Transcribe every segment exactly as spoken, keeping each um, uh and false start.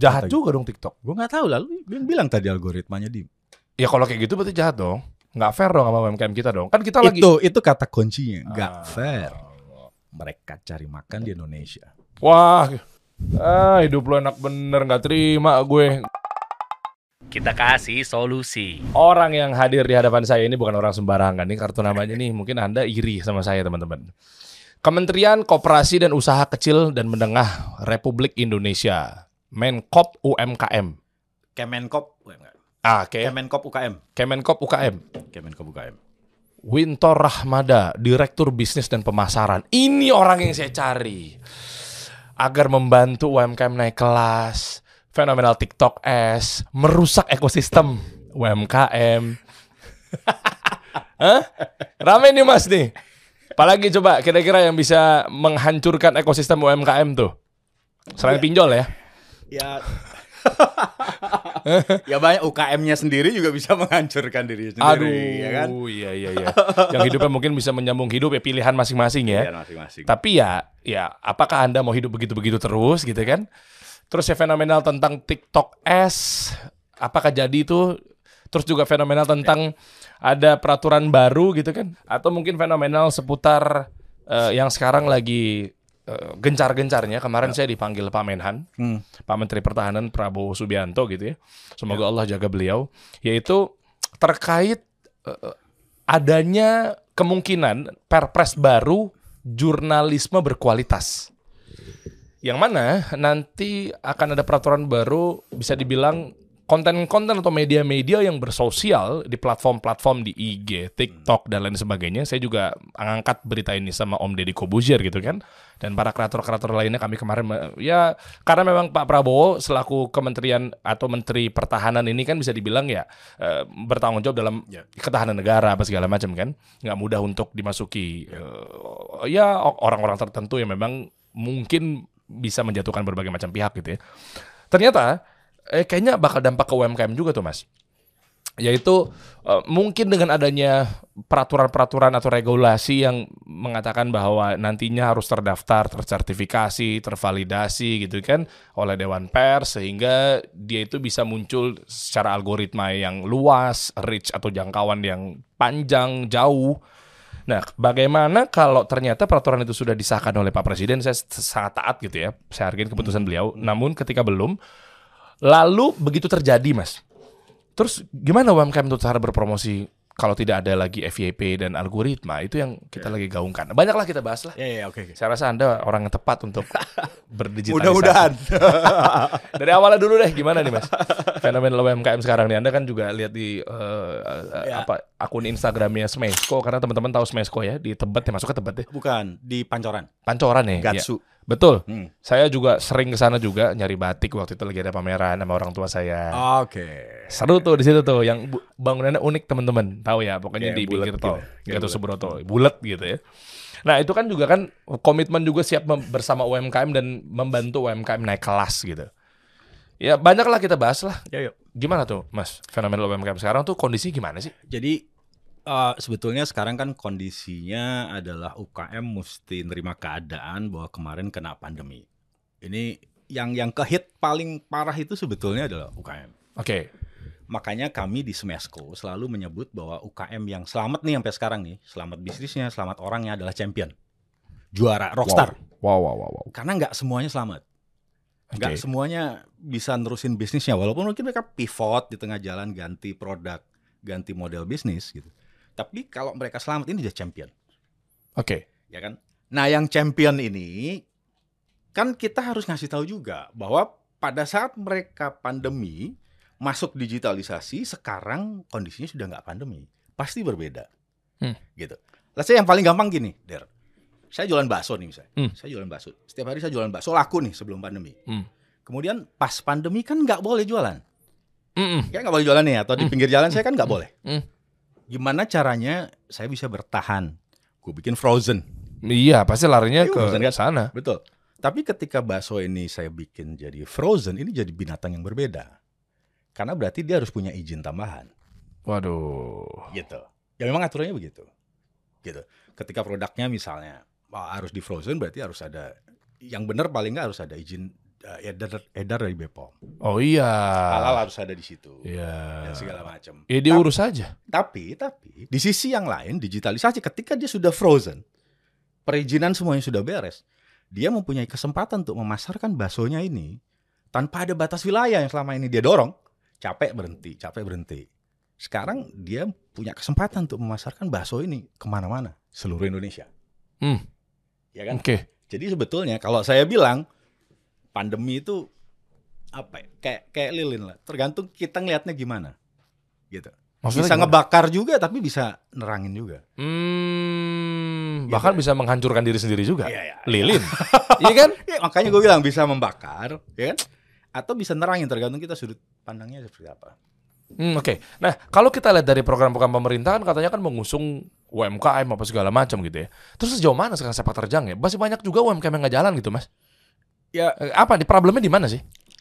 Jahat juga dong TikTok. Gue nggak tahu lalu yang bilang tadi algoritmanya di. Ya kalau kayak gitu berarti jahat dong. Nggak fair dong sama U M K M kita dong. Kan kita Itu lagi. itu kata kuncinya. Nggak Ah. fair. Mereka cari makan di Indonesia. Wah, ah, hidup lo enak bener, nggak terima gue. Kita kasih solusi. Orang yang hadir di hadapan saya ini bukan orang sembarangan. Nih kartu namanya nih, mungkin Anda iri sama saya teman-teman. Kementerian Koperasi dan Usaha Kecil dan Menengah Republik Indonesia, Menkop U M K M. Kemenkop, Ah, oke. Kemenkop U K M. Kemenkop U K M. Kemenkop U K M. Wintor Rahmada, Direktur Bisnis dan Pemasaran. Ini orang yang saya cari agar membantu U M K M naik kelas. Fenomenal TikTok S, merusak ekosistem U M K M. Hah? Rame nih Mas nih. Apalagi coba kira-kira yang bisa menghancurkan ekosistem U M K M tuh. Selain ya. Pinjol ya. Ya. Ya banyak U K M-nya sendiri juga bisa menghancurkan diri sendiri. Aduh, ya kan? iya iya iya. Yang hidupnya mungkin bisa menyambung hidup ya pilihan masing-masing ya. Pilihan masing-masing. Tapi ya, ya apakah Anda mau hidup begitu-begitu terus gitu kan? Terus ya fenomenal tentang TikTok S, apakah jadi itu? Terus juga fenomenal tentang ada peraturan baru gitu kan? Atau mungkin fenomenal seputar uh, yang sekarang lagi uh, gencar-gencarnya. Kemarin ya. Saya dipanggil Pak Menhan, hmm. Pak Menteri Pertahanan Prabowo Subianto gitu ya. Semoga ya. Allah jaga beliau. Yaitu terkait uh, adanya kemungkinan perpres baru jurnalisme berkualitas. Yang mana nanti akan ada peraturan baru, bisa dibilang konten-konten atau media-media yang bersosial di platform-platform di I G, TikTok, dan lain sebagainya. Saya juga angkat berita ini sama Om Deddy Kobuzier gitu kan. Dan para kreator-kreator lainnya kami kemarin, ya karena memang Pak Prabowo selaku Kementerian atau Menteri Pertahanan ini kan bisa dibilang ya e, bertanggung jawab dalam ketahanan negara apa segala macam kan. Nggak mudah untuk dimasuki e, ya orang-orang tertentu yang memang mungkin bisa menjatuhkan berbagai macam pihak gitu ya. Ternyata eh, kayaknya bakal dampak ke U M K M juga tuh Mas. Yaitu eh, mungkin dengan adanya peraturan-peraturan atau regulasi yang mengatakan bahwa nantinya harus terdaftar, tersertifikasi, tervalidasi gitu kan oleh Dewan Pers, sehingga dia itu bisa muncul secara algoritma yang luas, reach atau jangkauan yang panjang, jauh. Nah, bagaimana kalau ternyata peraturan itu sudah disahkan oleh Pak Presiden? Saya sangat taat gitu ya, saya hargai keputusan beliau. Namun ketika belum, lalu begitu terjadi Mas, terus gimana U M K M itu cara berpromosi kalau tidak ada lagi F Y P dan algoritma? Itu yang kita yeah. lagi gaungkan. Banyaklah kita bahas lah. Ya, yeah, yeah, oke. Okay, okay. Saya rasa Anda orang yang tepat untuk berdigitalisasi. Mudah-mudahan. Dari awalnya dulu deh, gimana nih Mas? Fenomena U M K M sekarang nih. Anda kan juga lihat di uh, yeah. apa akun Instagramnya Smesco, karena teman-teman tahu Smesco ya, di Tebet ya, masuk ke Tebet ya? Bukan, di Pancoran. Pancoran ya? Gatsu. Ya. Betul. Hmm. Saya juga sering ke sana juga nyari batik, waktu itu lagi ada pameran sama orang tua saya. Oke. Okay. Seru tuh di situ tuh, yang bangunannya unik teman-teman. Tahu ya, pokoknya kayak di pinggir tol, Gatot Subroto, bulat gitu ya. Nah, itu kan juga kan komitmen juga siap bersama U M K M dan membantu U M K M naik kelas gitu. Ya, banyaklah kita bahas lah. Ya, yuk. Gimana tuh, Mas? Fenomena U M K M sekarang tuh kondisi gimana sih? Jadi Uh, sebetulnya sekarang kan kondisinya adalah U K M mesti nerima keadaan bahwa kemarin kena pandemi. Ini yang yang kehit paling parah itu sebetulnya adalah U K M. Oke. Okay. Makanya kami di Smesco selalu menyebut bahwa U K M yang selamat nih sampai sekarang nih, selamat bisnisnya, selamat orangnya adalah champion. Juara, rockstar. Wow, wow, wow, wow. Karena nggak semuanya selamat. Nggak okay. semuanya bisa nerusin bisnisnya, walaupun mungkin mereka pivot di tengah jalan, ganti produk, ganti model bisnis gitu. Tapi kalau mereka selamat, ini dia champion. Oke. Okay. Ya kan? Nah, yang champion ini kan kita harus ngasih tahu juga bahwa pada saat mereka pandemi masuk digitalisasi, sekarang kondisinya sudah nggak pandemi, pasti berbeda. Hmm. Gitu. Lah saya yang paling gampang gini, Der. Saya jualan bakso nih misalnya. Hmm. Saya jualan bakso. Setiap hari saya jualan bakso, laku nih sebelum pandemi. Hmm. Kemudian pas pandemi kan nggak boleh jualan. Mm-mm. Kayak nggak boleh jualan nih, atau di pinggir jalan saya kan nggak boleh. Mm. Gimana caranya saya bisa bertahan? Gue bikin frozen. Iya, pasti larinya Ayo, ke kan? sana. Betul. Tapi ketika bakso ini saya bikin jadi frozen, ini jadi binatang yang berbeda. Karena berarti dia harus punya izin tambahan. Waduh. Gitu. Ya memang aturannya begitu. Gitu. Ketika produknya misalnya harus di frozen, berarti harus ada, yang benar paling nggak harus ada izin uh, edar, edar dari B P O M. Oh iya. Halal harus ada di situ. Iya. Dan segala macam. Ya diurus aja. Tapi, tapi di sisi yang lain digitalisasi ketika dia sudah frozen, perizinan semuanya sudah beres, dia mempunyai kesempatan untuk memasarkan baksonya ini tanpa ada batas wilayah yang selama ini dia dorong. Capek berhenti, capek berhenti. Sekarang dia punya kesempatan untuk memasarkan bakso ini kemana-mana, seluruh Indonesia. Hmm. Ya kan? Oke. Okay. Jadi sebetulnya kalau saya bilang pandemi itu apa ya? Kayak kayak lilin lah. Tergantung kita ngelihatnya gimana. Gitu. Maksudnya bisa gimana? ngebakar juga tapi bisa nerangin juga. Hmm, Gitu. bahkan bisa menghancurkan diri sendiri juga. Iya, iya. Lilin. Iya kan? Ya, makanya gue bilang bisa membakar, ya kan? Atau bisa nerangin tergantung kita sudut pandangnya seperti apa. Hmm, Oke, okay. Nah kalau kita lihat dari program-program pemerintah kan katanya kan mengusung U M K M apa segala macam gitu ya. Terus sejauh mana sekarang sepak terjang ya? Masih banyak juga U M K M yang nggak jalan gitu mas. Ya Eh, Apa nih problemnya di mana sih?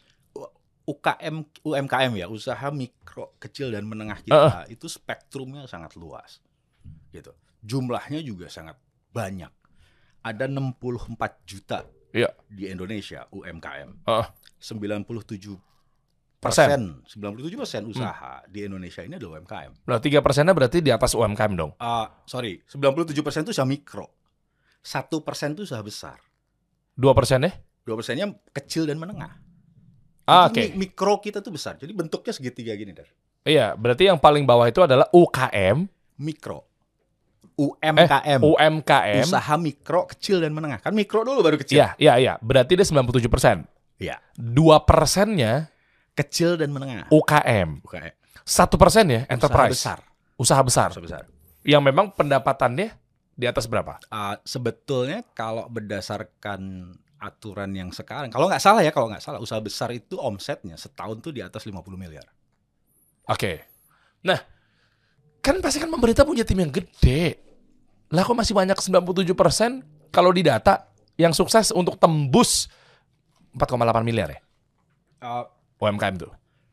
U K M U M K M ya, usaha mikro kecil dan menengah kita Uh-uh. itu spektrumnya sangat luas. Gitu. Jumlahnya juga sangat banyak. Ada enam puluh empat juta Iya. di Indonesia U M K M. Uh-uh. sembilan puluh tujuh Persen. persen, sembilan puluh tujuh persen usaha di Indonesia ini adalah U M K M. Nah, tiga persennya berarti di atas U M K M dong. Uh, sorry, sembilan puluh tujuh persen itu usaha mikro. Satu persen itu usaha besar. Dua persennya? Dua persennya kecil dan menengah. Ah, Jadi Oke. mi- mikro kita tuh besar. Jadi bentuknya segitiga gini, Dar. Iya, berarti yang paling bawah itu adalah U K M, Mikro. U M K M. U M K M. Usaha mikro, kecil dan menengah. Kan mikro dulu baru kecil. Iya, iya, iya. Berarti dia sembilan puluh tujuh persen. Iya. Dua persennya Kecil dan menengah. U K M. U K M. Satu persennya enterprise. Usaha besar. Usaha besar. Usaha besar. Yang memang pendapatannya di atas berapa? Uh, sebetulnya kalau berdasarkan aturan yang sekarang, kalau nggak salah ya, kalau nggak salah, usaha besar itu omsetnya setahun tuh di atas lima puluh miliar. Oke. Nah, kan pasti kan pemerintah punya tim yang gede. Lah kok masih banyak sembilan puluh tujuh persen kalau di data yang sukses untuk tembus empat koma delapan miliar ya? Uh, U M K M tuh.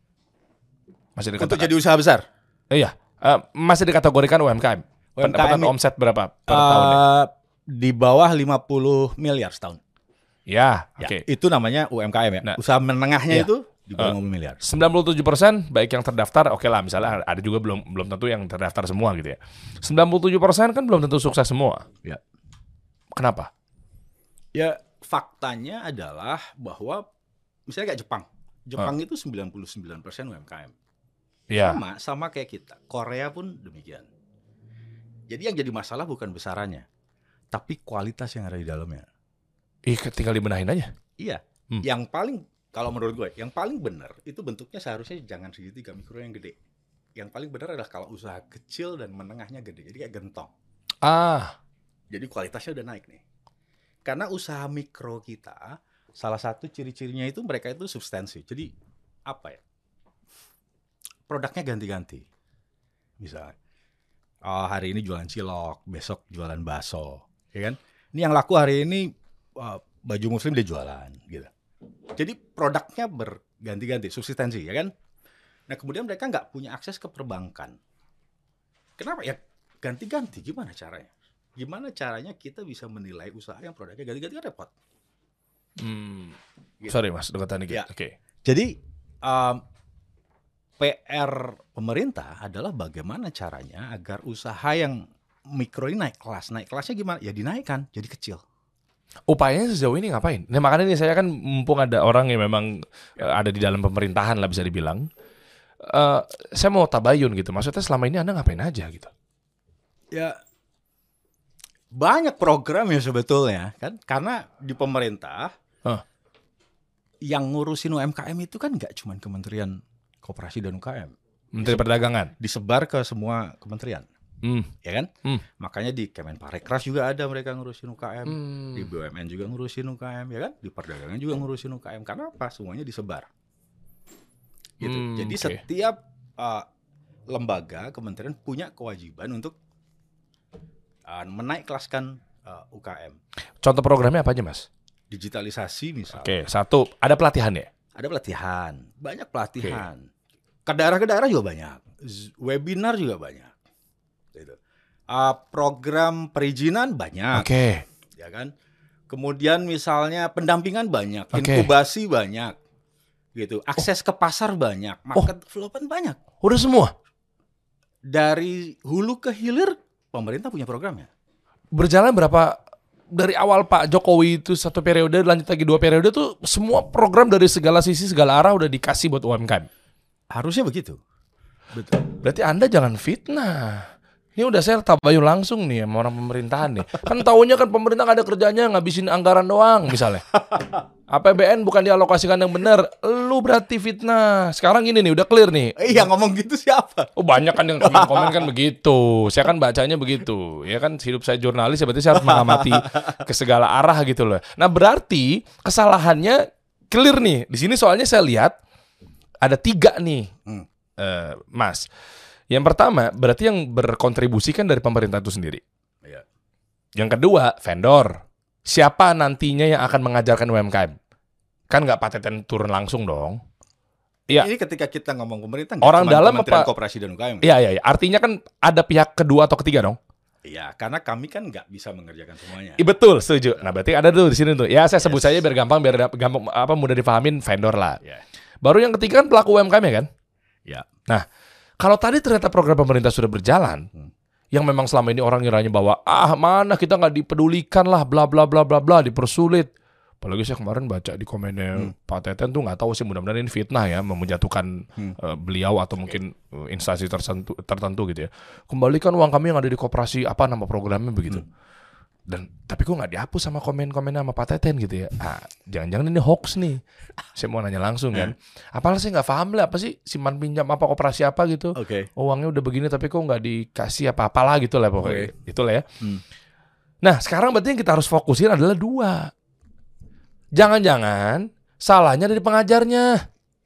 Masih untuk dikatakan. jadi usaha besar. Eh, iya, Eh, masih dikategorikan U M K M. U M K M Pendapatan i- omset berapa per tahun? Ya? Uh, di bawah lima puluh miliar setahun. Ya, Ya, oke. itu namanya U M K M ya. Nah, usaha menengahnya iya. itu di bawah Uh. lima puluh miliar. sembilan puluh tujuh persen baik yang terdaftar, oke lah misalnya ada juga belum belum tentu yang terdaftar semua gitu ya. sembilan puluh tujuh persen kan belum tentu sukses semua. Ya. Kenapa? Ya, faktanya adalah bahwa misalnya kayak Jepang. Jepang itu sembilan puluh sembilan persen U M K M. Ya. Sama, sama kayak kita. Korea pun demikian. Jadi yang jadi masalah bukan besarannya, tapi kualitas yang ada di dalamnya. Ih, tinggal dibenahin aja. Iya. Hmm. Yang paling, kalau menurut gue, yang paling benar itu bentuknya seharusnya jangan segitiga, mikro yang gede. Yang paling benar adalah kalau usaha kecil dan menengahnya gede. Jadi kayak gentong. Ah, Jadi kualitasnya udah naik nih. Karena usaha mikro kita, salah satu ciri-cirinya itu mereka itu substansi. Jadi apa ya? Produknya ganti-ganti. Misalnya, oh, hari ini jualan cilok, besok jualan bakso, ya kan? Ini yang laku hari ini uh, baju muslim dia jualan, gitu. Jadi produknya berganti-ganti, substansi, ya kan? Nah kemudian mereka nggak punya akses ke perbankan. Kenapa ya? Ganti-ganti, gimana caranya? Gimana caranya kita bisa menilai usaha yang produknya ganti-ganti? Kan repot. hmm. Gitu. Sorry mas, dekatan dikit. Ya. Oke. Jadi um, P R pemerintah adalah bagaimana caranya agar usaha yang mikro ini naik kelas. Naik kelasnya gimana? Ya dinaikkan, jadi kecil. Upayanya sejauh ini ngapain? Nah makanya nih saya kan mumpung ada orang yang memang eh, ada di dalam pemerintahan lah bisa dibilang. Eh, saya mau tabayun gitu. Maksudnya selama ini Anda ngapain aja gitu? Ya banyak program ya sebetulnya kan, karena di pemerintah Huh. yang ngurusin U M K M itu kan nggak cuma Kementerian Koperasi dan U K M, Menteri Perdagangan. disebar ke semua kementerian, Hmm. ya kan? Hmm. Makanya di Kemenparekraf juga ada mereka ngurusin U K M, Hmm. di B U M N juga ngurusin U K M, ya kan? Di perdagangan juga ngurusin U K M. Karena apa? Semuanya disebar. Gitu. Hmm, Jadi oke. setiap uh, lembaga kementerian punya kewajiban untuk uh, menaik kelaskan uh, U K M. Contoh programnya apa aja mas? Digitalisasi misalnya. Oke, satu ada pelatihannya. Ada pelatihan, banyak pelatihan. Ke daerah ke daerah juga banyak. Z- Webinar juga banyak. Gitu. Uh, program perizinan banyak. Oke. Ya kan? Kemudian misalnya pendampingan banyak, Oke. inkubasi banyak, gitu. Akses ke pasar banyak, market development banyak. Udah semua. Dari hulu ke hilir, pemerintah punya programnya. Berjalan berapa dari awal Pak Jokowi itu satu periode lanjut lagi dua periode tuh semua program dari segala sisi segala arah udah dikasih buat U M K M. Harusnya begitu. Betul. Berarti Anda jangan fitnah. Ini udah saya tabayun langsung nih sama orang pemerintahan nih. Kan taunya kan pemerintah gak ada kerjanya, ngabisin anggaran doang misalnya. A P B N bukan dialokasikan yang benar. Lu berarti fitnah. Sekarang gini nih, udah clear nih. Eh, yang ngomong gitu siapa? Oh banyak kan yang komen-komen kan begitu. Saya kan bacanya begitu. Ya kan hidup saya jurnalis, ya berarti saya harus mengamati ke segala arah gitu loh. Nah berarti kesalahannya clear nih. Di sini soalnya saya lihat ada tiga nih, Hmm. eh, Mas. Yang pertama berarti yang berkontribusi kan dari pemerintah itu sendiri. Iya. Yang kedua vendor. Siapa nantinya yang akan mengajarkan U M K M? Kan nggak paten turun langsung dong. Iya. Ini ketika kita ngomong pemerintah, Orang nggak cuma dalam Kementerian apa- Koperasi dan U K M. Iya iya iya. Artinya kan ada pihak kedua atau ketiga dong. Iya, karena kami kan nggak bisa mengerjakan semuanya. Iya betul, setuju. Nah, berarti ada tuh di sini tuh. Ya, saya sebut Yes. saja biar gampang, biar dap- gampang apa mudah dipahamin vendor lah. Ya. Baru yang ketiga kan pelaku U M K M ya kan? Ya. Nah, kalau tadi ternyata program pemerintah sudah berjalan, Hmm. yang memang selama ini orang ngiranya bahwa ah mana kita nggak dipedulikan lah, bla bla bla bla bla, dipersulit. Apalagi saya kemarin baca di komennya Hmm. Pak Teten tuh nggak tahu sih, mudah-mudahan ini fitnah ya, menjatuhkan Hmm. eh, beliau atau mungkin eh, instansi tertentu, tertentu gitu ya. Kembalikan uang kami yang ada di koperasi, apa nama programnya begitu. Hmm. Dan tapi kok nggak dihapus sama komen-komennya sama Pak Teten gitu ya. Ah, jangan-jangan ini hoax nih. Saya mau nanya langsung kan. Apalah sih nggak paham lah, apa sih simpan pinjam apa koperasi apa gitu. Oke. Uangnya udah begini tapi kok nggak dikasih apa-apalah gitu lah pokoknya. Itulah ya. Hmm. Nah sekarang berarti yang kita harus fokusin adalah dua. Jangan-jangan salahnya dari pengajarnya.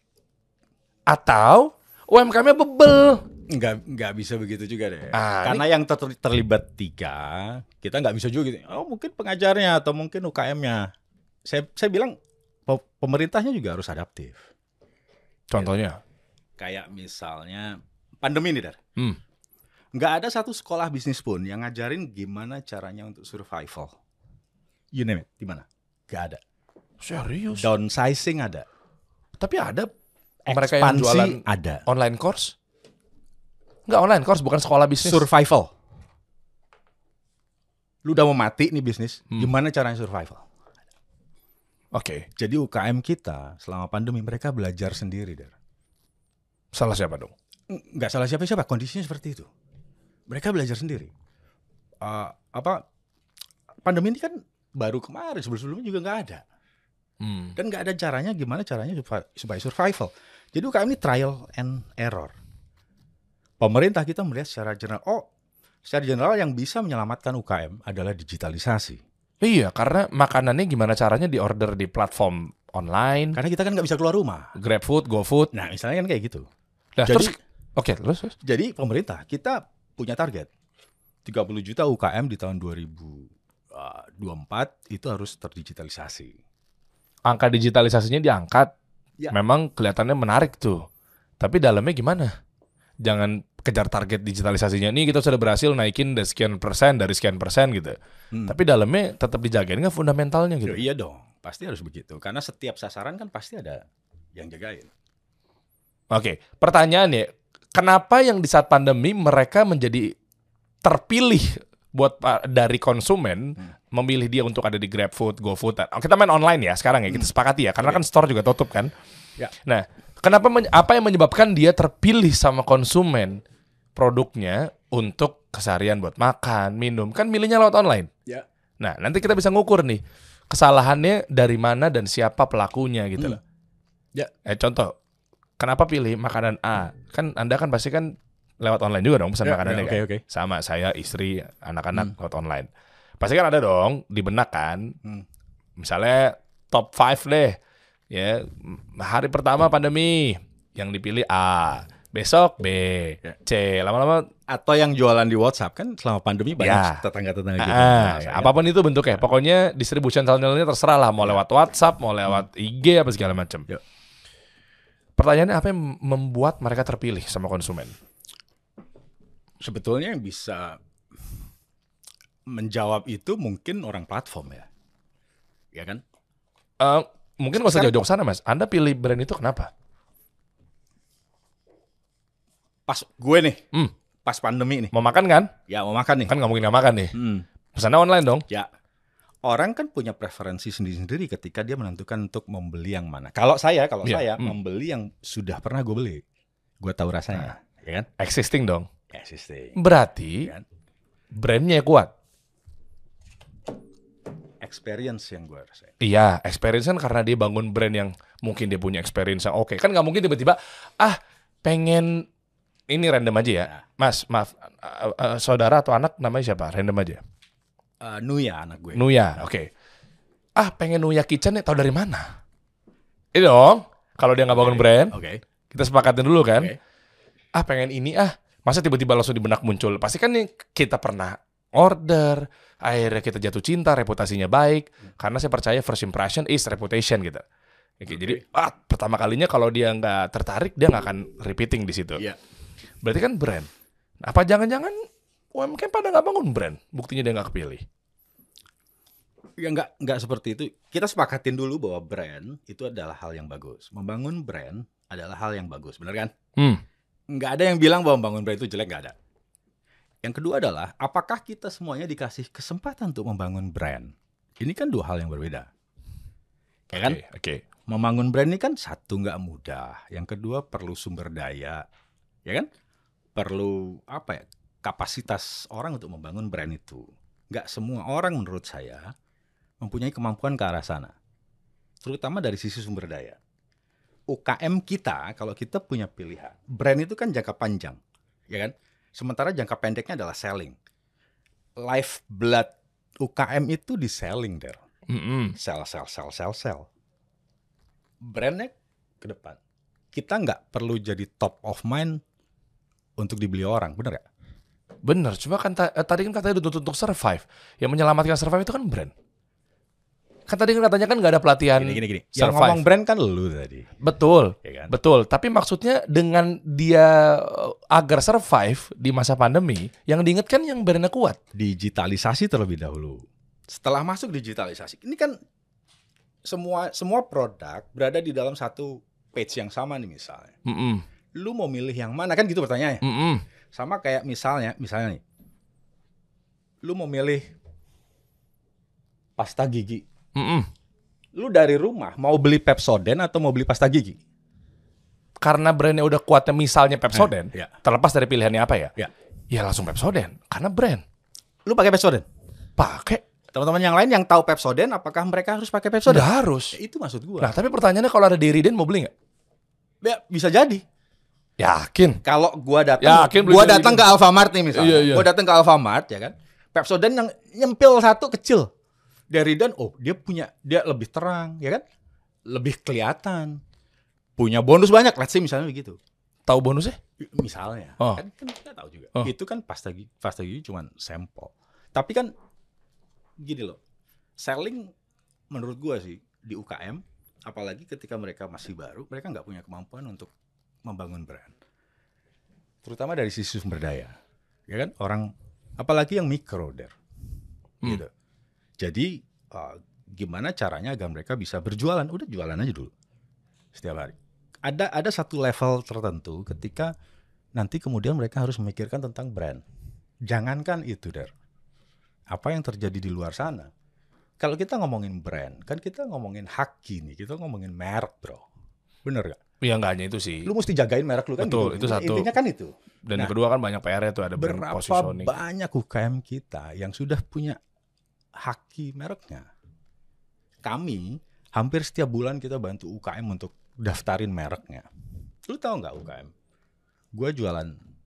Atau U M K M-nya bebel. Nggak nggak bisa begitu juga deh. Ah, Karena yang ter- terlibat tiga, kita nggak bisa juga gitu. Oh mungkin pengajarnya atau mungkin U K M-nya. Saya saya bilang pe- pemerintahnya juga harus adaptif. Contohnya. Kayak misalnya pandemi nih, Dar. Hmm. Nggak ada satu sekolah bisnis pun yang ngajarin gimana caranya untuk survival. You name it, di mana? Nggak ada. Serius? Downsizing ada. Tapi ada mereka yang Ekspansi jualan ada. online course? Enggak online course, bukan sekolah bisnis. Survival. Lu udah mau mati nih bisnis, Hmm. gimana caranya survival? Oke. Jadi U K M kita selama pandemi mereka belajar sendiri, Dar. Salah siapa dong? Nggak salah siapa-siapa, kondisinya seperti itu. Mereka belajar sendiri. Uh, apa pandemi ini kan baru kemarin, sebelum-sebelumnya juga nggak ada. Hmm. Dan nggak ada caranya gimana caranya supaya, supaya survival. Jadi U K M ini trial and error. Pemerintah kita melihat secara general, oh secara general yang bisa menyelamatkan U K M adalah digitalisasi. Iya, karena makanannya gimana caranya diorder di platform online, Karena kita kan nggak bisa keluar rumah. GrabFood, GoFood. Nah misalnya kan kayak gitu. Nah, Jadi- terus oke, terus, terus. Jadi pemerintah kita punya target tiga puluh juta U K M di tahun dua ribu dua puluh empat itu harus terdigitalisasi. Angka digitalisasinya diangkat. Ya. Memang kelihatannya menarik tuh. Tapi dalamnya gimana? Jangan kejar target digitalisasinya. Nih kita sudah berhasil naikin dari sekian persen, dari sekian persen gitu. Hmm. Tapi dalamnya tetap dijagain nggak fundamentalnya gitu. Ya, iya dong, pasti harus begitu. Karena setiap sasaran kan pasti ada yang jagain. Oke, pertanyaannya, kenapa yang di saat pandemi mereka menjadi terpilih buat pa- dari konsumen Hmm. memilih dia untuk ada di GrabFood, GoFood. Oh, kita main online ya sekarang ya, kita sepakati ya, karena Oke. kan store juga tutup kan. Ya. Nah, kenapa men- apa yang menyebabkan dia terpilih sama konsumen produknya untuk keseharian buat makan, minum, kan milihnya lewat online. Ya. Nah, nanti kita bisa ngukur nih kesalahannya dari mana dan siapa pelakunya gitu Hmm. loh. Ya. Eh contoh, kenapa pilih makanan A? Kan Anda kan pasti kan lewat online juga dong pesan Ya, makanannya ya, kan. oke, oke. Sama saya, istri, anak-anak Hmm. lewat online. Pasti kan ada dong di benak kan. Hmm. Misalnya top lima deh. Ya, hari pertama pandemi yang dipilih A, besok B, Ya. C, lama-lama Atau yang jualan di WhatsApp kan selama pandemi banyak Ya. tetangga-tetangga gitu. ah, Saya- apapun itu bentuknya. Pokoknya distribution channelnya terserah lah, mau lewat WhatsApp, mau lewat I G apa segala macam. Ya. Pertanyaannya apa yang membuat mereka terpilih sama konsumen? Sebetulnya yang bisa menjawab itu mungkin orang platform ya. ya kan? Uh, mungkin nggak usah Sekarang- jauh-jauh sana, Mas. Anda pilih brand itu kenapa? Pas gue nih, Hmm. pas pandemi nih, Mau makan kan? ya mau makan nih. Kan nggak mungkin nggak makan nih. Hmm. Pesannya online dong. Ya, orang kan punya preferensi sendiri-sendiri ketika dia menentukan untuk membeli yang mana. Kalau saya, kalau Iya, saya hmm. membeli yang sudah pernah gue beli, gue tahu rasanya, ya kan? Existing dong. Existing. Berarti Kan? brandnya kuat. Experience yang gue rasain. Iya, experience kan karena dia bangun brand yang mungkin dia punya experience yang oke. Kan nggak mungkin tiba-tiba, ah pengen, ini random aja ya. Nah. Mas, maaf, uh, uh, saudara atau anak namanya siapa? Random aja. Uh, Nuya anak gue. Nuya, oke. Ah pengen Nuya Kitchen nih, tahu dari mana? Ini dong, kalau dia nggak bangun brand, Oke. kita sepakatin dulu kan. Oke. Ah pengen ini ah, masa tiba-tiba langsung di benak muncul. Pasti kan nih kita pernah order, akhirnya kita jatuh cinta, reputasinya baik. Karena saya percaya first impression is reputation gitu. Oke, jadi ah, pertama kalinya kalau dia nggak tertarik, dia nggak akan repeating di situ. Iya. Berarti kan brand. Apa jangan-jangan U M K M pada nggak bangun brand? Buktinya dia nggak kepilih. Ya nggak nggak seperti itu. Kita sepakatin dulu bahwa brand itu adalah hal yang bagus. Membangun brand adalah hal yang bagus, benar kan? Hmm. Nggak ada yang bilang bahwa membangun brand itu jelek, nggak ada. Yang kedua adalah, apakah kita semuanya dikasih kesempatan untuk membangun brand? Ini kan dua hal yang berbeda. Ya kan? Oke, oke. Membangun brand ini kan satu nggak mudah. Yang kedua perlu sumber daya. Ya kan? Perlu apa ya? Kapasitas orang untuk membangun brand itu. Nggak semua orang menurut saya mempunyai kemampuan ke arah sana. Terutama dari sisi sumber daya. U K M kita, kalau kita punya pilihan, brand itu kan jangka panjang, ya kan? Sementara jangka pendeknya adalah selling. Lifeblood U K M itu di selling, der. Mm-mm. Sell, sell, sell, sell, sell. Brandnya ke depan. Kita nggak perlu jadi top of mind untuk dibeli orang, bener gak? Bener, cuma kan ta- eh, tadi kan katanya dituntut untuk survive. Yang menyelamatkan survive itu kan brand. Kan tadi kan katanya kan nggak ada pelatihan Gini, gini, gini. Yang survive. ngomong brand kan lu tadi, Betul, ya kan? betul. Tapi maksudnya dengan dia eh, agar survive di masa pandemi, yang diingat kan yang brandnya kuat. Digitalisasi terlebih dahulu. Setelah masuk digitalisasi, ini kan semua semua produk berada di dalam satu page yang sama nih misalnya. Mm-mm. Lu mau milih yang mana kan gitu pertanyaannya. Mm-mm. Sama kayak misalnya, misalnya nih, lu mau milih pasta gigi. Mm-mm. Lu dari rumah mau beli Pepsodent atau mau beli pasta gigi? Karena brandnya udah kuatnya misalnya Pepsodent, Eh, ya. terlepas dari pilihannya apa ya, Ya. ya langsung Pepsodent. Karena brand. Lu pakai Pepsodent? Pakai, Teman-teman yang lain yang tahu Pepsodent, apakah mereka harus pakai Pepsodent? udah harus. Ya, itu maksud gua. Nah, tapi pertanyaannya kalau ada Deriden mau beli nggak? Ya, bisa jadi. Yakin. Kalau gua datang, Yakin beli gua Deriden? datang ke Alfamart nih misalnya. Iya, iya. Gua datang ke Alfamart ya kan. Pepsodent yang nyempil satu kecil. Deriden, oh dia punya, dia lebih terang, ya kan? Lebih kelihatan. Punya bonus banyak, let's say misalnya begitu. Tahu bonusnya? Misalnya, Oh. kan, kan kita tahu juga. Oh. Itu kan pasta gigi, pasta gigi cuma sampel. Tapi kan gini loh, selling menurut gua sih di U K M, apalagi ketika mereka masih baru, mereka nggak punya kemampuan untuk membangun brand. Terutama dari sisi sumber daya, ya kan? Orang, apalagi yang mikro, der, Hmm. gitu. Jadi uh, gimana caranya agar mereka bisa berjualan? Udah jualan aja dulu setiap hari. Ada ada satu level tertentu ketika nanti kemudian mereka harus memikirkan tentang brand. Jangankan itu, der. Apa yang terjadi di luar sana? Kalau kita ngomongin brand, kan kita ngomongin haki nih, kita ngomongin merek, bro. Bener gak? Ya nggak hanya itu sih. Lu mesti jagain merek lu kan. Betul, gitu. itu satu. Intinya kan itu. Dan yang Nah, kedua kan banyak P R-nya tuh, ada brand Berapa positioning. banyak U K M kita yang sudah punya haki mereknya. Kami hampir setiap bulan kita bantu U K M untuk daftarin mereknya. Lu tahu nggak U K M? Gue jualan,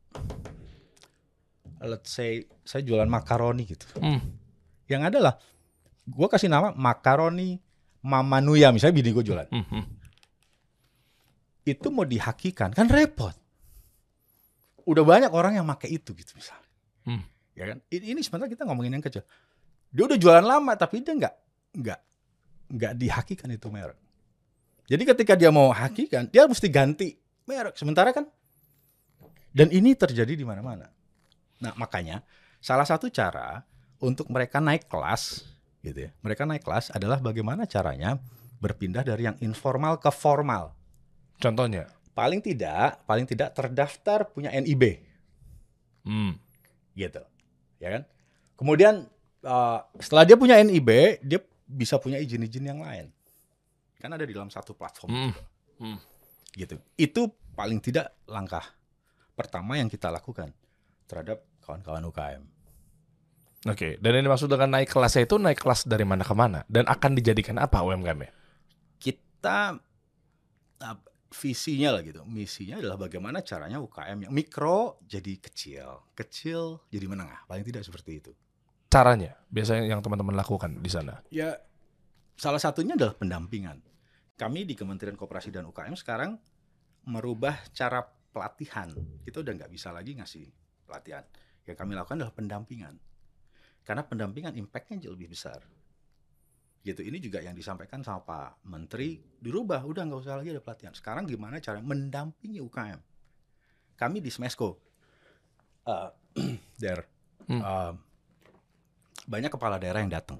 let's say, saya jualan makaroni gitu. Hmm. Yang adalah, gue kasih nama makaroni Mama Nuya, misalnya bini gue jualan. Hmm, hmm. Itu mau dihakikan, kan repot. Udah banyak orang yang pakai itu gitu misalnya. Hmm. Ya kan? Ini, ini sebenarnya kita ngomongin yang kecil. Dia udah jualan lama tapi dia nggak nggak nggak dihakikan itu merek. Jadi ketika dia mau hakikan, dia mesti ganti merek. Sementara kan, dan ini terjadi di mana-mana. Nah makanya salah satu cara untuk mereka naik kelas gitu ya. Mereka naik kelas adalah bagaimana caranya berpindah dari yang informal ke formal. Contohnya? Paling tidak, paling tidak terdaftar punya N I B. Hmm. Gitu. Ya kan? Kemudian uh, setelah dia punya N I B, dia bisa punya izin-izin yang lain. Kan ada di dalam satu platform. Hmm. Gitu. Hmm. Gitu. Itu paling tidak langkah pertama yang kita lakukan terhadap kawan-kawan U K M. Oke, dan yang dimaksud dengan naik kelasnya itu naik kelas dari mana ke mana? Dan akan dijadikan apa U M K M-nya? Kita uh, visinya lah gitu, misinya adalah bagaimana caranya U K M yang mikro jadi kecil, kecil jadi menengah, paling tidak seperti itu. Caranya, biasanya yang teman-teman lakukan di sana? Ya, salah satunya adalah pendampingan. Kami di Kementerian Koperasi dan U K M sekarang merubah cara pelatihan. Kita udah nggak bisa lagi ngasih pelatihan. Yang kami lakukan adalah pendampingan. Karena pendampingan impact-nya jauh lebih besar. Gitu. Ini juga yang disampaikan sama Pak Menteri, dirubah, udah nggak usah lagi ada pelatihan. Sekarang gimana cara mendampingi U K M? Kami di Smesco, uh, there, Hmm. uh, banyak kepala daerah yang datang.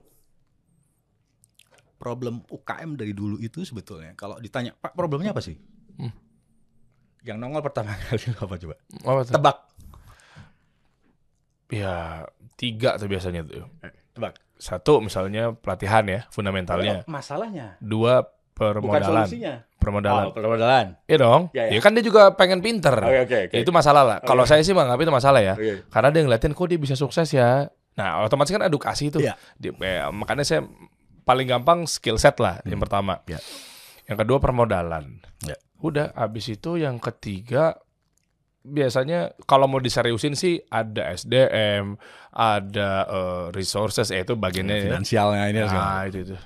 Problem U K M dari dulu itu sebetulnya, kalau ditanya, Pak problemnya apa sih? Hmm. Yang nongol pertama kali apa coba? Apa tuh? Tebak. Ya, tiga tuh biasanya tuh. Tebak. Satu misalnya pelatihan ya, fundamentalnya. Oh, masalahnya. Dua, Bukan permodalan. solusinya. Permodalan. Oh, permodalan. Iya dong. Ya, ya. Ya kan dia juga pengen pinter. Oke, oke, oke. Ya, itu masalah lah. Oke. Kalau saya sih menganggap itu masalah ya. Oke. Karena dia ngeliatin kok dia bisa sukses ya. Nah, otomatis kan edukasi itu. Iya. Dia- eh, makanya saya paling gampang skill set lah yang pertama. Iya. Yang kedua permodalan. Iya. Udah, abis itu yang ketiga biasanya kalau mau diseriusin sih ada S D M, ada eh, resources, eh, itu bagiannya ya. Finansialnya ini harus Nah, itu itu.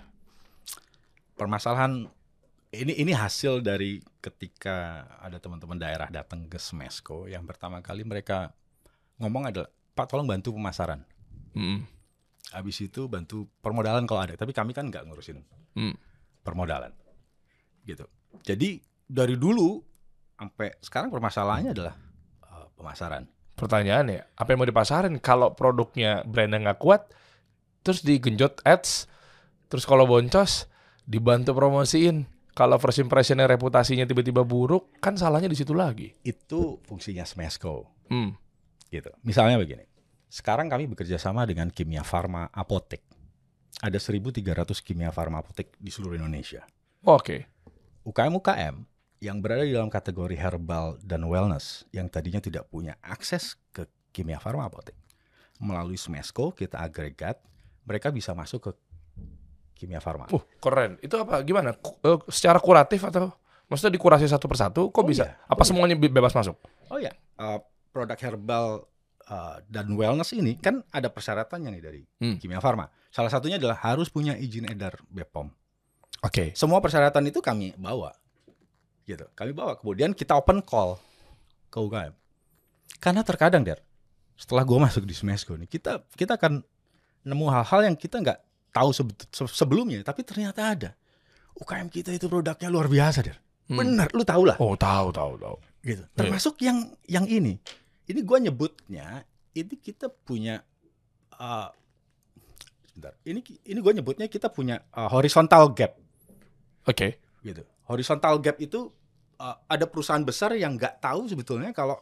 permasalahan ini ini hasil dari ketika ada teman-teman daerah datang ke Smesco, yang pertama kali mereka ngomong adalah, Pak tolong bantu pemasaran. Mm. Habis itu bantu permodalan kalau ada, tapi kami kan nggak ngurusin Mm. permodalan. Gitu. Jadi dari dulu sampai sekarang permasalahannya adalah uh, pemasaran. Pertanyaannya, apa yang mau dipasarin? Kalau produknya brandnya nggak kuat, terus digenjot ads, terus kalau boncos dibantu promosiin. Kalau first impressionnya reputasinya tiba-tiba buruk, kan salahnya di situ lagi. Itu fungsinya Smesco. Hmm. Gitu. Misalnya begini. Sekarang kami bekerja sama dengan Kimia Farma Apotek. Ada seribu tiga ratus Kimia Farma Apotek di seluruh Indonesia. Oke. U K M-U K M yang berada di dalam kategori herbal dan wellness yang tadinya tidak punya akses ke Kimia Farma Apotek, melalui Smesco kita agregat, mereka bisa masuk ke Kimia Farma. Uh, keren. Itu apa? Gimana? Ku- eh, secara kuratif atau maksudnya dikurasi satu persatu? Kok Oh bisa? iya. Apa Oh semuanya be- bebas masuk? Oh ya, uh, produk herbal uh, dan wellness ini kan ada persyaratannya nih dari Hmm. Kimia Farma. Salah satunya adalah harus punya izin edar B P O M. Oke. Semua persyaratan itu kami bawa, gitu. Kami bawa. Kemudian kita open call ke U K M. Karena terkadang, Der, setelah gue masuk di Smesco nih, kita kita akan nemu hal-hal yang kita nggak tahu sebe- se- sebelumnya, tapi ternyata ada. U K M kita itu produknya luar biasa, Der. Hmm. Benar, lu tahu lah. Oh, tahu, tahu, tahu. Gitu. Termasuk yang yang ini. Ini gue nyebutnya, ini kita punya uh, sebentar. Ini ini gue nyebutnya kita punya uh, horizontal gap. Oke. Gitu. Horizontal gap itu uh, ada perusahaan besar yang nggak tahu sebetulnya kalau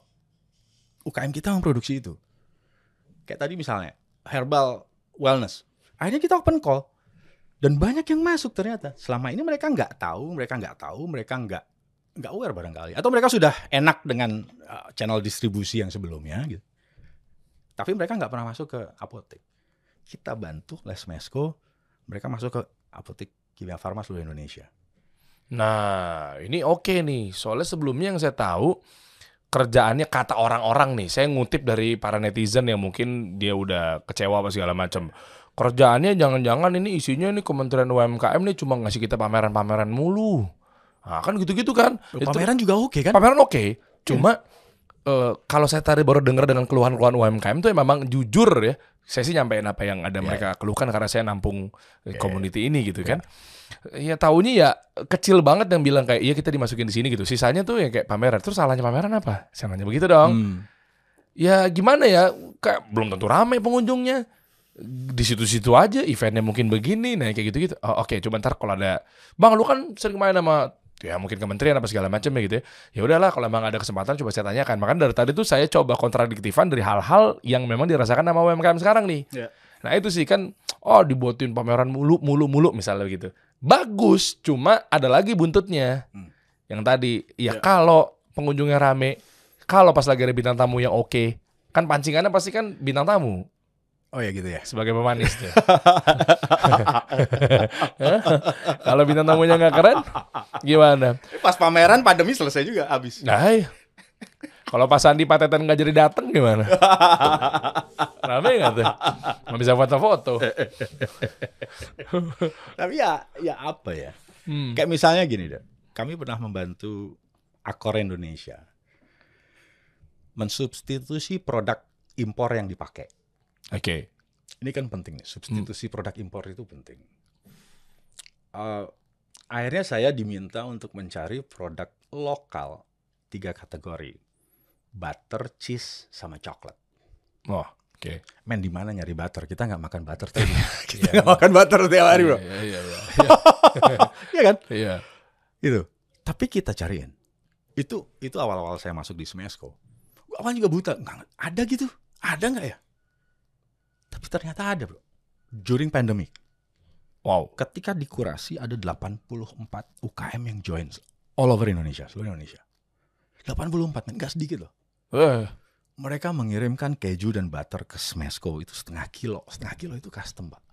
U K M kita memproduksi itu. Kayak tadi misalnya herbal wellness. Akhirnya kita open call dan banyak yang masuk ternyata. Selama ini mereka nggak tahu, mereka nggak tahu, mereka nggak nggak aware barangkali. Atau mereka sudah enak dengan uh, channel distribusi yang sebelumnya gitu. Tapi mereka nggak pernah masuk ke apotek. Kita bantu Les Smesco, mereka masuk ke apotek Kimia Farma seluruh Indonesia. Nah, ini oke nih. Soalnya sebelumnya yang saya tahu kerjaannya kata orang-orang nih. Saya ngutip dari para netizen yang mungkin dia udah kecewa apa segala macam. Kerjaannya jangan-jangan ini isinya nih Kementerian U M K M nih cuma ngasih kita pameran-pameran mulu. Nah, kan gitu-gitu kan. Itu- Pameran juga oke kan? Pameran oke. Cuma eh, kalau saya tadi baru dengar dengan keluhan-keluhan U M K M tuh memang jujur ya. Saya sih nyampein apa yang ada mereka keluhkan karena saya nampung eh, community ini gitu kan. Ya taunya ya kecil banget yang bilang kayak iya kita dimasukin di sini gitu. Sisanya tuh ya kayak pameran. Terus salahnya pameran apa? Saya nanya begitu dong. Hmm. Ya gimana ya? Kayak belum tentu rame pengunjungnya. di situ-situ aja eventnya mungkin begini, nah kayak gitu-gitu. Oh, oke, coba ntar kalau ada, bang lu kan sering main sama ya mungkin kementerian apa segala macam ya gitu ya. Ya udahlah kalau emang ada kesempatan coba saya tanyakan. Makanya dari tadi tuh saya coba kontradiktifan dari hal-hal yang memang dirasakan sama U M K M sekarang nih. Ya. Nah itu sih kan, oh dibuatin pameran mulu mulu mulu misalnya gitu. Bagus, cuma ada lagi buntutnya. Hmm. Yang tadi, ya, Ya. kalau pengunjungnya rame, kalau pas lagi ada bintang tamu yang oke, kan pancingannya pasti kan bintang tamu. Oh ya gitu ya. Sebagai pemanis tuh. Kalau bintang tamunya nggak keren, gimana? Pas pameran pandemi selesai juga habis. Nah, iya. Kalau Pak Sandi Patetan nggak jadi dateng gimana? Rame nggak tuh? Nggak bisa foto-foto. Tapi ya ya apa ya? Hmm. Kayak misalnya gini deh. Kami pernah membantu Accor Indonesia mensubstitusi produk impor yang dipakai. Oke. Okay. Ini kan penting nih, substitusi hmm. produk impor itu penting. Uh, akhirnya saya diminta untuk mencari produk lokal tiga kategori, butter, cheese, sama coklat. Oh, oke. Okay. Men di mana nyari butter? Kita nggak makan butter tadi. Kita nggak makan butter tiap hari, bro. Iya, iya, iya. Iya kan? Iya. Itu. Tapi kita cariin. Itu itu awal-awal saya masuk di Smesco. Awalnya juga buta. Nggak, ada gitu? Ada nggak ya? Tapi ternyata ada, bro. During pandemic. Wow. Ketika di Kurasi ada delapan puluh empat U K M yang join all over Indonesia, seluruh Indonesia. delapan puluh empat, nggak sedikit loh. Eh. Mereka mengirimkan keju dan butter ke Smesco itu setengah kilo. Setengah kilo itu custom, Pak.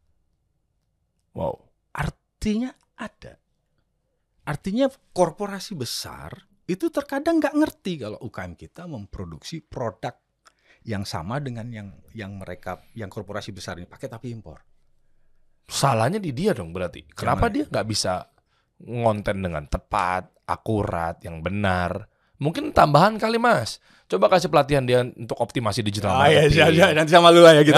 Wow. Artinya ada. Artinya korporasi besar itu terkadang nggak ngerti kalau U K M kita memproduksi produk yang sama dengan yang yang mereka, yang korporasi besar ini pakai tapi impor. Salahnya di dia dong berarti. Kenapa dia nggak bisa ngonten dengan tepat, akurat, yang benar? Mungkin tambahan kali, Mas. Coba kasih pelatihan dia untuk optimasi digital marketing. Ah, iya, iya, nanti sama lu lah ya kita.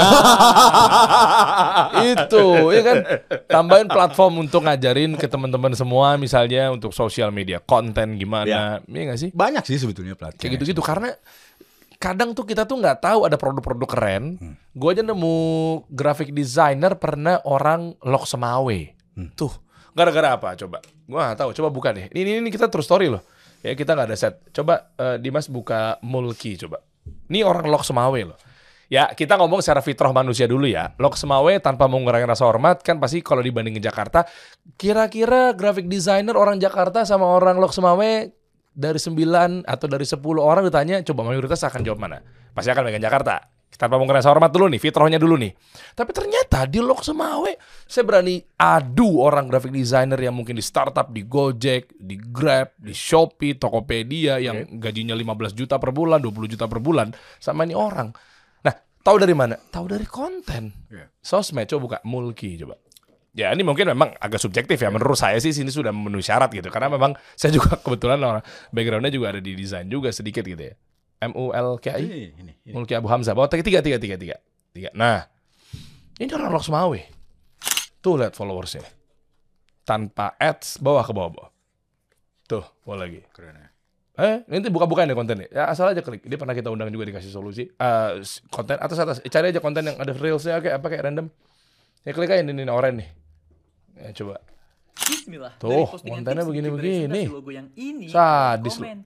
Itu, ya kan. Tambahin platform untuk ngajarin ke teman-teman semua, misalnya untuk sosial media, konten gimana. Iya nggak sih? Banyak sih sebetulnya pelatihan. Kayak gitu-gitu, karena kadang tuh kita tuh nggak tahu ada produk-produk keren. Hmm. Gue aja nemu graphic designer pernah orang Lok Semawe. Hmm. Tuh, gara-gara apa? Coba. Gue nggak tahu. Coba buka deh. Ini, ini kita true story loh. Ya kita nggak ada set. Coba uh, Dimas buka Mulki coba. Ini orang Lok Semawe loh. Ya kita ngomong secara fitrah manusia dulu ya. Lok Semawe tanpa mengurangi rasa hormat kan pasti kalau dibandingin Jakarta, kira-kira graphic designer orang Jakarta sama orang Lok Semawe dari sembilan atau dari sepuluh orang ditanya, coba mayoritas akan jawab mana? Pasti akan megang Jakarta. Tanpa mengurangi rasa hormat dulu nih, fitrahnya dulu nih. Tapi ternyata di Lok Semawe, saya berani adu orang graphic designer yang mungkin di startup, di Gojek, di Grab, di Shopee, Tokopedia yang gajinya lima belas juta per bulan, dua puluh juta per bulan sama ini orang. Nah, tahu dari mana? Tahu dari konten. Sosmed, coba buka Mulki coba. Ya ini mungkin memang agak subjektif ya. Menurut saya sih sini sudah memenuhi syarat gitu. Karena memang saya juga kebetulan orang backgroundnya juga ada di desain juga sedikit gitu ya. M U L K I Ini, ini, ini. Mulki Abu Hamzah. Bawa tiga, tiga, tiga, tiga, tiga. Nah, ini orang Lok Semawe. Tuh lihat followersnya. Tanpa ads, bawah ke bawah-bawah. Tuh, bawa lagi. Keren ya. Eh, nanti buka-bukain deh kontennya. Ya asal aja klik. Dia pernah kita undang juga dikasih solusi. Uh, konten atas atas. Cari aja konten yang ada reelsnya kayak apa kayak random. Ya klik aja ini, ini oren nih. Ya coba. Bismillah. Tuh, kontennya begini-begini. Sadis lu.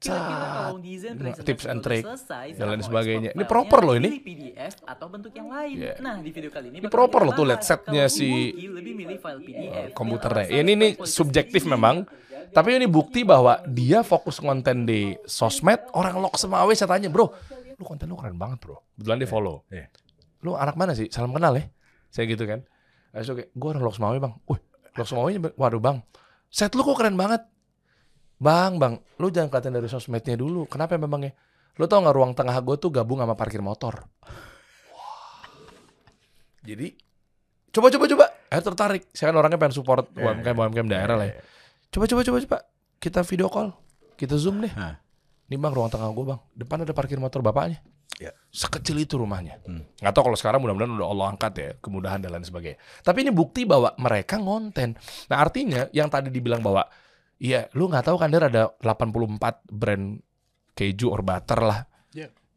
Tips and trick dan lain sebagainya. Ini proper loh ini. P D F atau bentuk yang lain. Yeah. Nah, di video kali ini Ini proper loh tuh lihat setnya si uh, komputernya. Ya, ini ini subjektif memang. Tapi ini bukti bahwa dia fokus konten di sosmed. Orang Lok Semawe saya tanya, bro, lu konten lu keren banget bro. Kebetulan dia follow. Yeah. Lu anak mana sih? Salam kenal ya. Saya gitu kan. Saya kayak, gue orang Lok Semawe bang. Wih, Lok Semawe, waduh bang, set lu kok keren banget. Bang, bang, lu jangan kelihatan dari sosmednya dulu. Kenapa memangnya? Lu tau gak ruang tengah gue tuh gabung sama parkir motor. Wah. Jadi, coba, coba, coba. Eh tertarik. Saya kan orangnya pengen support U M K M U M K M daerah lah ya. Coba, coba, coba, coba. Kita video call. Kita zoom deh. Ini bang, ruang tengah gue bang. Depan ada parkir motor bapaknya. Ya. Sekecil itu rumahnya. Hmm. Nggak tahu kalau sekarang mudah-mudahan udah Allah angkat ya, kemudahan dan lain sebagainya. Tapi ini bukti bahwa mereka ngonten. Nah artinya yang tadi dibilang bahwa iya, lu nggak tahu kan dia ada delapan puluh empat brand keju or butter lah. Yeah.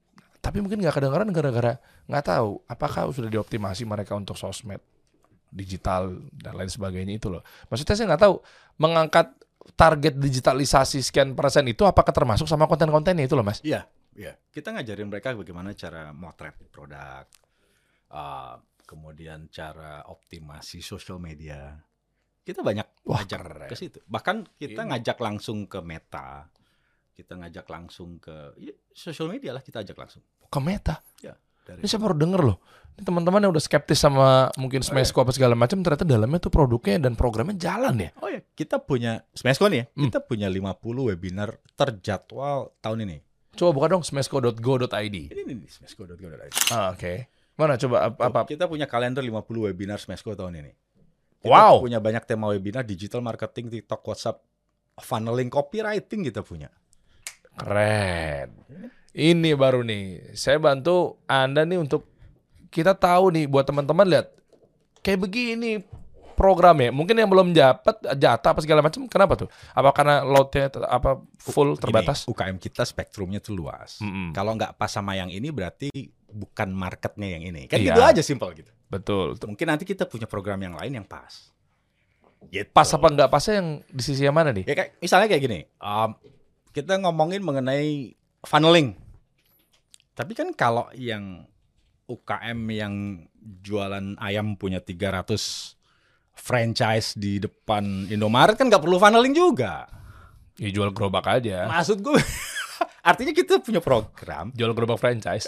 Tapi mungkin nggak kedengaran gara-gara nggak tahu apakah sudah dioptimasi mereka untuk sosmed, digital dan lain sebagainya itu loh. Maksudnya saya nggak tahu mengangkat target digitalisasi sekian persen itu apakah termasuk sama konten-kontennya itu loh Mas? Iya, iya. Kita ngajarin mereka bagaimana cara motret produk, uh, kemudian cara optimasi sosial media. Kita banyak Wah, ngajak keren. ke situ. Bahkan kita Ini. ngajak langsung ke Meta. Kita ngajak langsung ke ya, sosial media lah, kita ajak langsung. Ke Meta. Ya, dari Ini saya baru denger loh. Ini teman-teman yang udah skeptis sama mungkin Smesco apa segala macam, ternyata dalamnya tuh produknya dan programnya jalan ya. Oh ya, kita punya Smesco nih ya. Hmm. Kita punya lima puluh webinar terjadwal tahun ini. Coba buka dong smesco dot go dot i d. Ini nih smesco dot go dot i d. Ah, oke. Mana coba apa, apa? Kita punya kalender lima puluh webinar Smesco tahun ini. Kita Wow. punya banyak tema webinar, digital marketing, TikTok, WhatsApp, funneling, copywriting kita punya. Keren. Ini baru nih. Saya bantu Anda nih untuk kita tahu nih buat teman-teman lihat kayak begini programnya. Mungkin yang belum dapat jatah apa segala macam. Kenapa tuh? Apa karena loadnya ter- apa full terbatas? Gini, U K M kita spektrumnya tuh luas. Mm-mm. Kalau nggak pas sama yang ini berarti bukan marketnya yang ini. Kan Iya. gitu aja simpel gitu. Betul. Mungkin nanti kita punya program yang lain yang pas. Gitu. Pas apa nggak pasnya yang di sisi yang mana nih? Ya kayak misalnya kayak gini. Um, kita ngomongin mengenai funneling. Tapi kan kalau yang U K M yang jualan ayam punya tiga ratus franchise di depan Indomaret kan nggak perlu funneling juga. Ya jual gerobak aja. Maksud gue, artinya kita punya program. Jual gerobak franchise.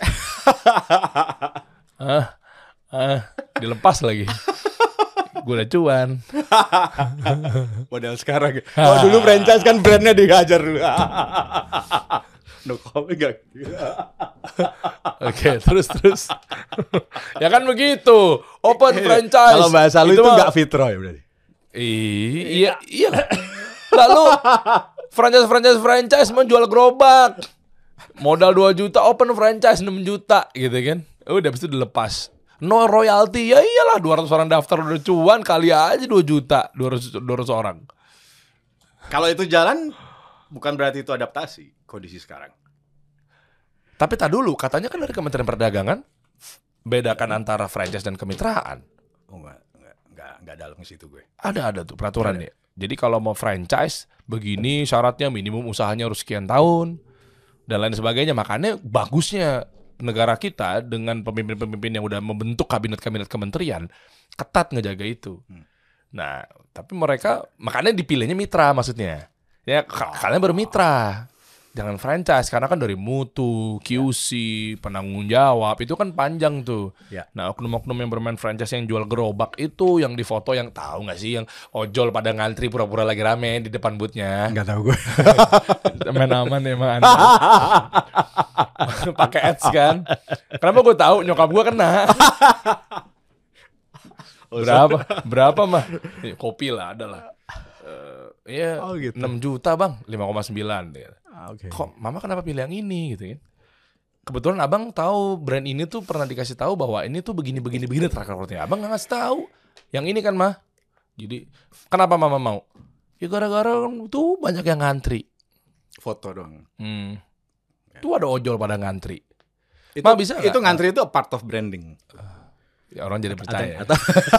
ah, ah, dilepas lagi. Gue udah cuan. Model sekarang. Oh dulu franchise kan brandnya dihajar dulu. No comment gak? Oke, terus terus. Ya kan begitu. Open franchise. Kalau bahasa lu itu mah- nggak fitro ya berarti. Iya, iya. Lalu franchise franchise franchise menjual gerobak. Modal dua juta, open franchise enam juta gitu kan. Udah habis itu dilepas. No royalty. Ya iyalah dua ratus orang daftar udah cuan, kali aja dua juta, dua ratus dua ratus orang. Kalau itu jalan, bukan berarti itu adaptasi kondisi sekarang. Tapi tak dulu, katanya kan dari Kementerian Perdagangan bedakan antara franchise dan kemitraan. Oh enggak, enggak, enggak, enggak dalam ke situ gue. Ada ada tuh peraturannya. Jadi kalau mau franchise begini syaratnya minimum usahanya harus sekian tahun dan lain sebagainya. Makanya bagusnya negara kita dengan pemimpin-pemimpin yang udah membentuk kabinet-kabinet kementerian ketat ngejaga itu. Nah, tapi mereka makanya dipilihnya mitra maksudnya. Ya ka- kalian bermitra. Jangan franchise karena kan dari mutu, Q C, penanggung jawab itu kan panjang tuh. Ya. Nah, oknum-oknum yang bermain franchise yang jual gerobak itu yang difoto yang tahu nggak sih yang ojol pada ngantri pura-pura lagi rame di depan boothnya. Enggak tahu gue. Main aman emang Anda. Pakai ads kan. Kenapa gue tahu nyokap gue kena. Berapa? Berapa mah? Nih, kopi lah ada lah. Eh, Iya, Oh, gitu. enam juta bang, lima koma sembilan. Ah, oke. Kok mama kenapa pilih yang ini gitu kan? Kebetulan abang tahu brand ini tuh pernah dikasih tahu bahwa ini tuh begini begini begini track recordnya. Abang nggak ngasih tahu. Yang ini kan mah. Jadi kenapa mama mau? Ya gara-gara tuh banyak yang ngantri. Foto dong. Hmm. Tuh ada ojol pada ngantri. Itu, Ma, bisa itu nggak? ngantri itu a part of branding. Ya orang jadi percaya. Atau, atau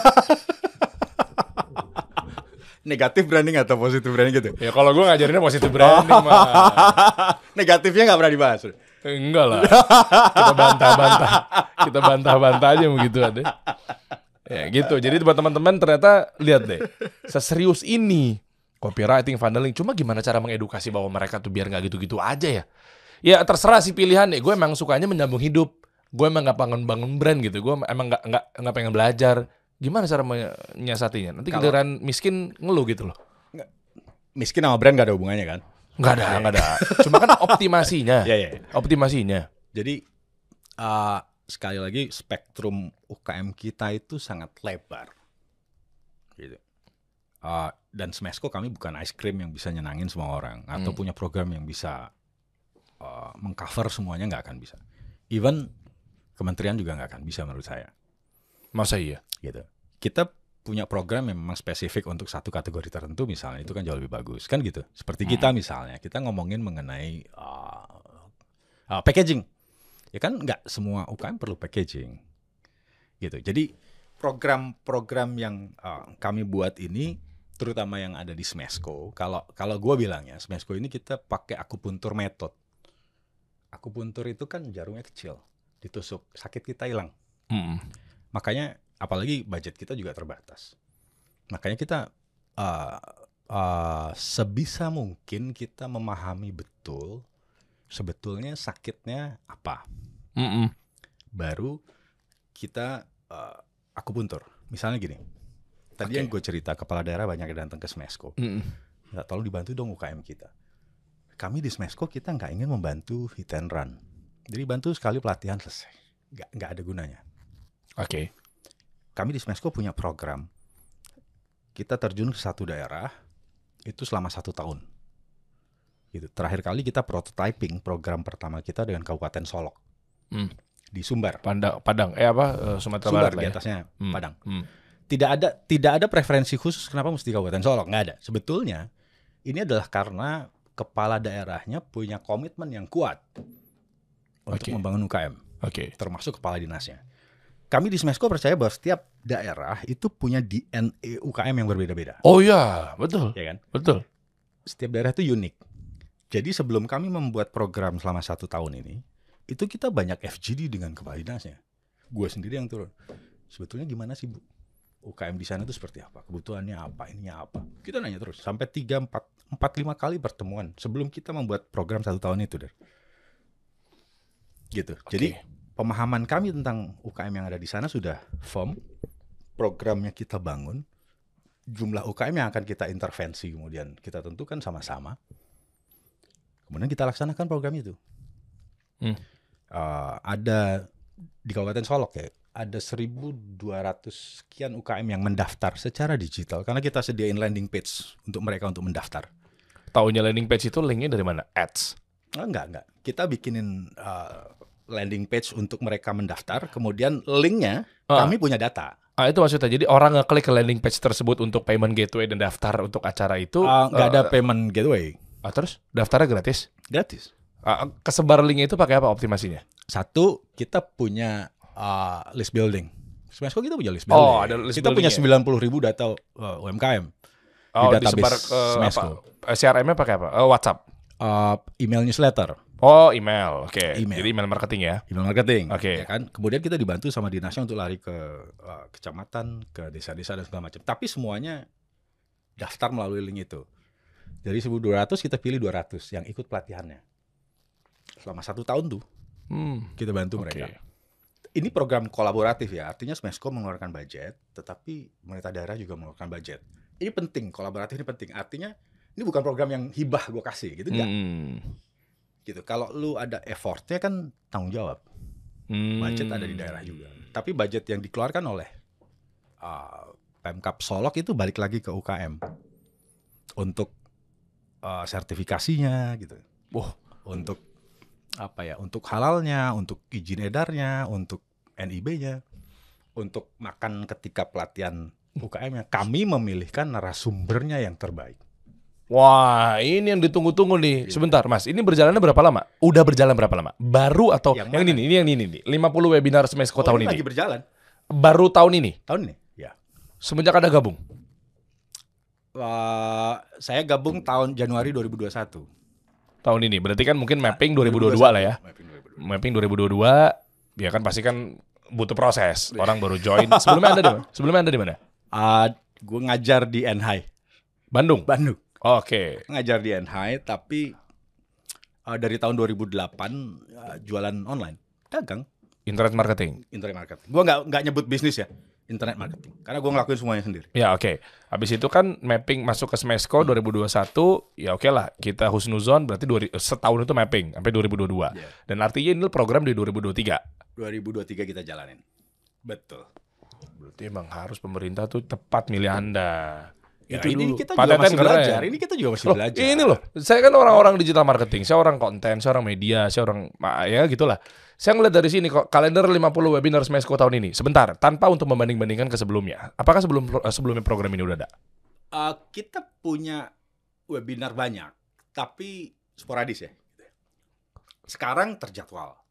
negatif branding atau positif branding gitu. Ya kalau gue ngajarinnya positif branding mah. Negatifnya nggak pernah dibahas. Enggak lah. Kita bantah-bantah. Kita bantah-bantah aja begitu ada. Ya gitu. Jadi buat teman-teman ternyata lihat deh. Seserius ini copywriting, funneling. Cuma gimana cara mengedukasi bahwa mereka tuh biar nggak gitu-gitu aja ya. Ya terserah sih pilihan nih. Gue emang sukanya menyambung hidup. Gue emang nggak pengen bangun brand gitu. Gue emang nggak nggak nggak pengen belajar. Gimana cara menyiasatinya? Nanti Kalau- giliran miskin ngeluh gitu loh. Miskin sama brand nggak ada hubungannya kan? Nggak ada, nggak ada. Cuma kan optimasinya. Iya, iya. Optimasinya. Jadi uh, sekali lagi spektrum U K M kita itu sangat lebar, gitu. Uh, dan Smesco kami bukan ice cream yang bisa nyenangin semua orang atau Hmm. punya program yang bisa uh, mengcover semuanya, nggak akan bisa. Even kementerian juga nggak akan bisa menurut saya. Masa iya? Gitu. Kita punya program yang memang spesifik untuk satu kategori tertentu misalnya, itu kan jauh lebih bagus kan gitu. Seperti kita misalnya, kita ngomongin mengenai uh, uh, packaging. Ya kan nggak semua U K M perlu packaging. Gitu. Jadi program-program yang uh, kami buat ini, terutama yang ada di Smesco, kalau kalau gue bilangnya Smesco ini kita pakai akupuntur method. Akupuntur itu kan jarumnya kecil, ditusuk, sakit kita hilang. Mm. Makanya apalagi budget kita juga terbatas. Makanya kita uh, uh, sebisa mungkin kita memahami betul sebetulnya sakitnya apa. Mm-mm. Baru kita uh, akupuntur. Misalnya gini, tadi Oke. yang gue cerita kepala daerah banyak yang datang ke Smesco. Mm-mm. Nah, tolong dibantu dong U K M kita. Kami di Smesco kita nggak ingin membantu hit and run. Jadi bantu sekali pelatihan selesai. Nggak, nggak ada gunanya. Oke. Kami di Smesco punya program. Kita terjun ke satu daerah itu selama satu tahun. Gitu. Terakhir kali kita prototyping program pertama kita dengan Kabupaten Solok Hmm. di Sumbar. Padang, Padang, eh apa eh, Sumatera Sumbar Barat di lah ya. atasnya Hmm. Padang. Hmm. Tidak ada tidak ada preferensi khusus kenapa mesti Kabupaten Solok, nggak ada. Sebetulnya ini adalah karena kepala daerahnya punya komitmen yang kuat untuk Oke. membangun U K M, Oke. termasuk kepala dinasnya. Kami di Smesco percaya bahwa setiap daerah itu punya D N A U K M yang berbeda-beda, Oh ya, betul, ya kan? betul. Setiap daerah itu unik. Jadi sebelum kami membuat program selama satu tahun ini, itu kita banyak F G D dengan kepala dinasnya. Gue sendiri yang turun. Sebetulnya gimana sih Bu? U K M di sana itu seperti apa? Kebutuhannya apa? Ininya apa? Kita nanya terus. Sampai tiga, empat, empat, lima kali pertemuan sebelum kita membuat program satu tahun itu, Der. Gitu. Jadi pemahaman kami tentang U K M yang ada di sana sudah firm. Programnya kita bangun. Jumlah U K M yang akan kita intervensi kemudian kita tentukan sama-sama. Kemudian kita laksanakan program itu. Hmm. Uh, ada di Kabupaten Solok ya, ada seribu dua ratus sekian U K M yang mendaftar secara digital karena kita sediain landing page untuk mereka untuk mendaftar. Taunya landing page itu linknya dari mana? Ads. Oh, enggak, enggak. Kita bikinin uh, landing page untuk mereka mendaftar, kemudian linknya Ah. kami punya data. Ah, itu maksudnya. Jadi orang ngeklik ke landing page tersebut untuk payment gateway dan daftar untuk acara itu. Uh, enggak ada eh, payment gateway, ah, terus daftarnya gratis. gratis. Ah, kesebar linknya itu pakai apa optimasinya? Satu, kita punya uh, list building. Smesco kita punya list building. Oh, ada list kita punya building-nya. sembilan puluh ribu data uh, U M K M. Oh, Di database disebar ke Smesco. apa? C R M-nya pakai apa? Eh, WhatsApp. Uh, email newsletter, Oh, email. Oke. Email. Jadi email marketing ya. email marketing, Oke. ya kan. Kemudian kita dibantu sama dinasnya untuk lari ke uh, kecamatan, ke desa-desa dan segala macam. Tapi semuanya daftar melalui link itu. Dari seribu dua ratus kita pilih dua ratus yang ikut pelatihannya. Selama satu tahun tuh Hmm. kita bantu Oke. mereka. Ini program kolaboratif ya, artinya Smesco mengeluarkan budget, tetapi pemerintah daerah juga mengeluarkan budget. Ini penting, kolaboratif ini penting. Artinya ini bukan program yang hibah gue kasih, gitu enggak. Hmm. Gitu. Kalau lu ada effortnya kan tanggung jawab. Hmm. Budget ada di daerah juga. Tapi budget yang dikeluarkan oleh uh, Pemkab Solok itu balik lagi ke U K M untuk uh, sertifikasinya gitu. Wah. Untuk apa ya? Untuk halalnya, untuk izin edarnya, untuk N I B-nya, untuk makan ketika pelatihan U K M-nya. Kami memilihkan narasumbernya yang terbaik. Wah, ini yang ditunggu-tunggu nih. Sebentar, Mas. Ini berjalannya berapa lama? Udah berjalan berapa lama? Baru atau Yang yang, mana? ini? Ini yang ini nih. lima puluh webinar Smesco Oh, tahun ini ini. lagi berjalan Baru tahun ini. tahun ini. Ya. Semenjak ada gabung. Uh, saya gabung tahun Januari dua ribu dua puluh satu. Tahun ini. Berarti kan mungkin mapping dua ribu dua puluh dua lah ya. Mapping dua ribu dua puluh dua. Mapping dua ribu dua puluh dua, ya kan pasti kan butuh proses. Orang baru join. Sebelumnya Anda di mana? Sebelumnya Anda di mana? Uh, gue ngajar di N H I Bandung. Bandung. Oke. Ngajar di N H I tapi uh, dari tahun dua ribu delapan uh, jualan online, dagang, Internet marketing. internet marketing. Gue nggak nggak nyebut bisnis ya, internet marketing, karena gue ngelakuin semuanya sendiri. Ya oke. Habis itu kan mapping masuk ke Smesco dua ribu dua puluh satu. Ya oke lah. Kita husnuzon berarti dua, setahun itu mapping sampai dua ribu dua puluh dua. Yeah. Dan artinya ini program di dua ribu dua puluh tiga. dua ribu dua puluh tiga kita jalanin. Betul. Berarti emang harus pemerintah tuh tepat milih Anda. Ya, Itu ini dulu. kita juga Patentan masih keren. belajar. Ini kita juga masih Loh, belajar. ini loh, saya kan orang-orang digital marketing, saya orang konten, saya orang media, saya orang ya gitulah. Saya ngeliat dari sini kok kalender lima puluh webinar Smesco tahun ini. Sebentar, tanpa untuk membanding-bandingkan ke sebelumnya. Apakah sebelum sebelumnya program ini udah ada? Uh, kita punya webinar banyak, tapi sporadis ya. Sekarang terjadwal.